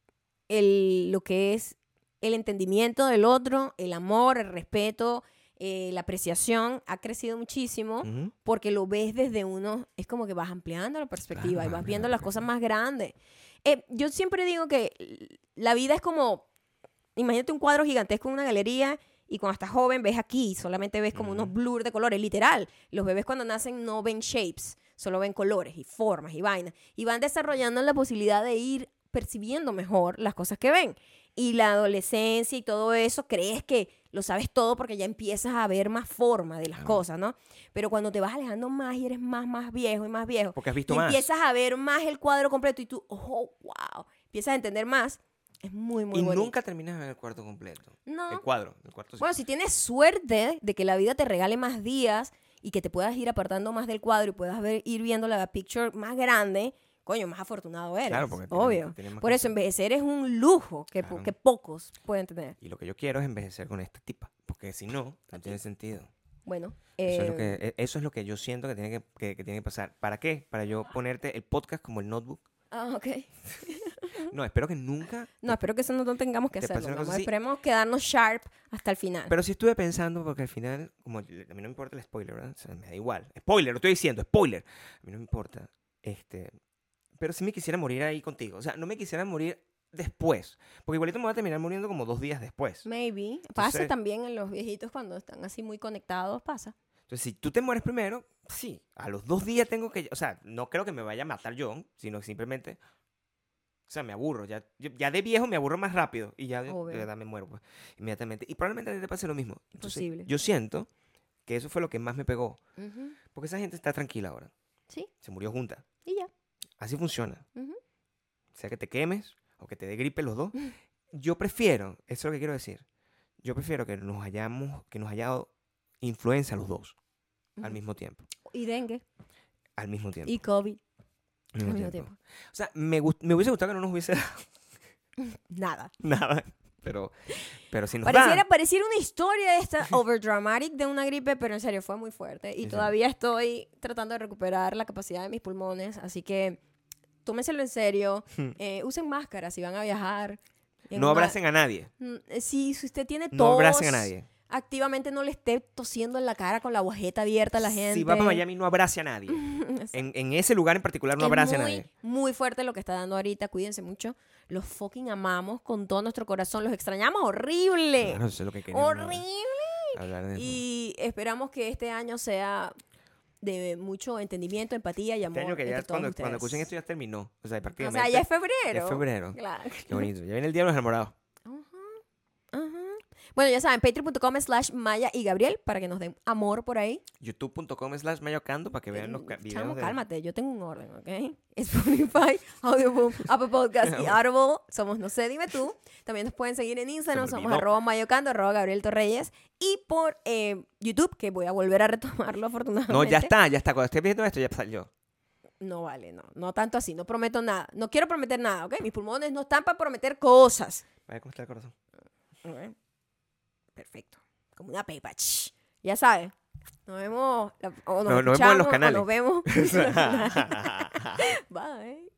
lo que es el entendimiento del otro, el amor, el respeto, la apreciación ha crecido muchísimo Ujú. porque lo ves desde uno, es como que vas ampliando la perspectiva Claro, y vas vas viendo ampliando las la cosas más grandes. Yo siempre digo que la vida es como, imagínate un cuadro gigantesco en una galería y cuando estás joven ves aquí, solamente ves como unos blur de colores, literal. Los bebés cuando nacen no ven shapes, solo ven colores y formas y vainas. Y van desarrollando la posibilidad de ir percibiendo mejor las cosas que ven. Y la adolescencia y todo eso, crees que lo sabes todo porque ya empiezas a ver más forma de las Claro. cosas, ¿no? Pero cuando te vas alejando más y eres más viejo y más viejo, Porque has visto y más. empiezas a ver más el cuadro completo y tú, oh, wow, empiezas a entender más, es muy Y bonito. nunca terminas de ver el cuarto completo. No. El cuadro sí. Bueno, si tienes suerte de que la vida te regale más días y que te puedas ir apartando más del cuadro y puedas ir viendo la picture más grande, coño, más afortunado eres. Claro, porque obvio. tienes más Por eso cosas. envejecer es un lujo que, Claro. que pocos pueden tener. Y lo que yo quiero es envejecer con esta tipa. Porque si no, no tiene sentido. Bueno, Eso es lo que yo siento que tiene que pasar. ¿Para qué? Para yo ponerte el podcast como el notebook. ok. No, espero que nunca. No, espero que eso no tengamos que ¿Te hacerlo. pasa una mi amor. cosa así? Esperemos quedarnos sharp hasta el final. Pero sí estuve pensando, porque al final, como a mí no me importa el spoiler, ¿verdad? O sea, me da igual. Spoiler, lo estoy diciendo, spoiler. A mí no me importa. Pero sí me quisiera morir ahí contigo. O sea, no me quisiera morir después. Porque igualito me voy a terminar muriendo como 2 días después. Maybe. Pasa Entonces- también en los viejitos cuando están así muy conectados, pasa. Entonces, si tú te mueres primero, sí, a los 2 días tengo que... O sea, no creo que me vaya a matar yo, sino que simplemente... O sea, me aburro. Ya de viejo me aburro más rápido. Y ya de Obvio. verdad me muero, pues, inmediatamente. Y probablemente a ti te pase lo mismo. Entonces, Posible. yo siento que eso fue lo que más me pegó. Ujú. Porque esa gente está tranquila ahora. Sí, Se murió junta. y ya. Así funciona. Ujú. Sea que te quemes o que te dé gripe los dos. Yo prefiero, eso es lo que quiero decir. Yo prefiero que nos haya dado influenza los dos. Al Ujú. mismo tiempo. Y dengue. Al mismo tiempo. Y COVID. Al Al mismo tiempo. O sea, me hubiese gustado que no nos hubiese dado Nada. nada. Pero si nos da... Pareciera una historia esta overdramatic de una gripe, pero en serio fue muy fuerte. Y Sí. todavía estoy tratando de recuperar la capacidad de mis pulmones. Así que tómenselo en serio. Usen máscaras si van a viajar. No abracen a nadie. Si usted tiene tos, No abracen a nadie. activamente no le esté tosiendo en la cara con la bojeta abierta a la gente. Si va para Miami, no abrace a nadie. En ese lugar en particular, no abrace a nadie. Muy fuerte lo que está dando ahorita. Cuídense mucho. Los fucking amamos con todo nuestro corazón. Los extrañamos horrible. Claro, eso es lo que queríamos Horrible. hablar de eso. Y esperamos que este año sea de mucho entendimiento, empatía y amor. Este año que ya entre todos cuando ustedes. escuchen esto ya terminó. O sea, O prácticamente... sea, ya es febrero. ya es febrero. Claro. Qué bonito. Ya viene el Día de los Enamorados. Ajá. Bueno, ya saben, patreon.com/Maya y Gabriel para que nos den amor por ahí. youtube.com/mayocando para que vean los videos Chamo, de... cálmate, yo tengo un orden, ¿ok? Spotify, Audioboom, Apple Podcast y Audible. Somos No sé, dime tú. También nos pueden seguir en Instagram, Se me somos olvidó. @mayocando, @Gabriel Torreyes. Y por YouTube, que voy a volver a retomarlo afortunadamente. No, ya está. Cuando estés viendo esto, ya salió. No vale, no tanto así, no prometo nada. No quiero prometer nada, ¿ok? Mis pulmones no están para prometer cosas. Vaya, ¿cómo está el corazón? Ok. Perfecto. Como una pepa. Ch. Ya sabes. Nos vemos. O nos Nos vemos en los escuchamos, o canales. nos vemos. Bye.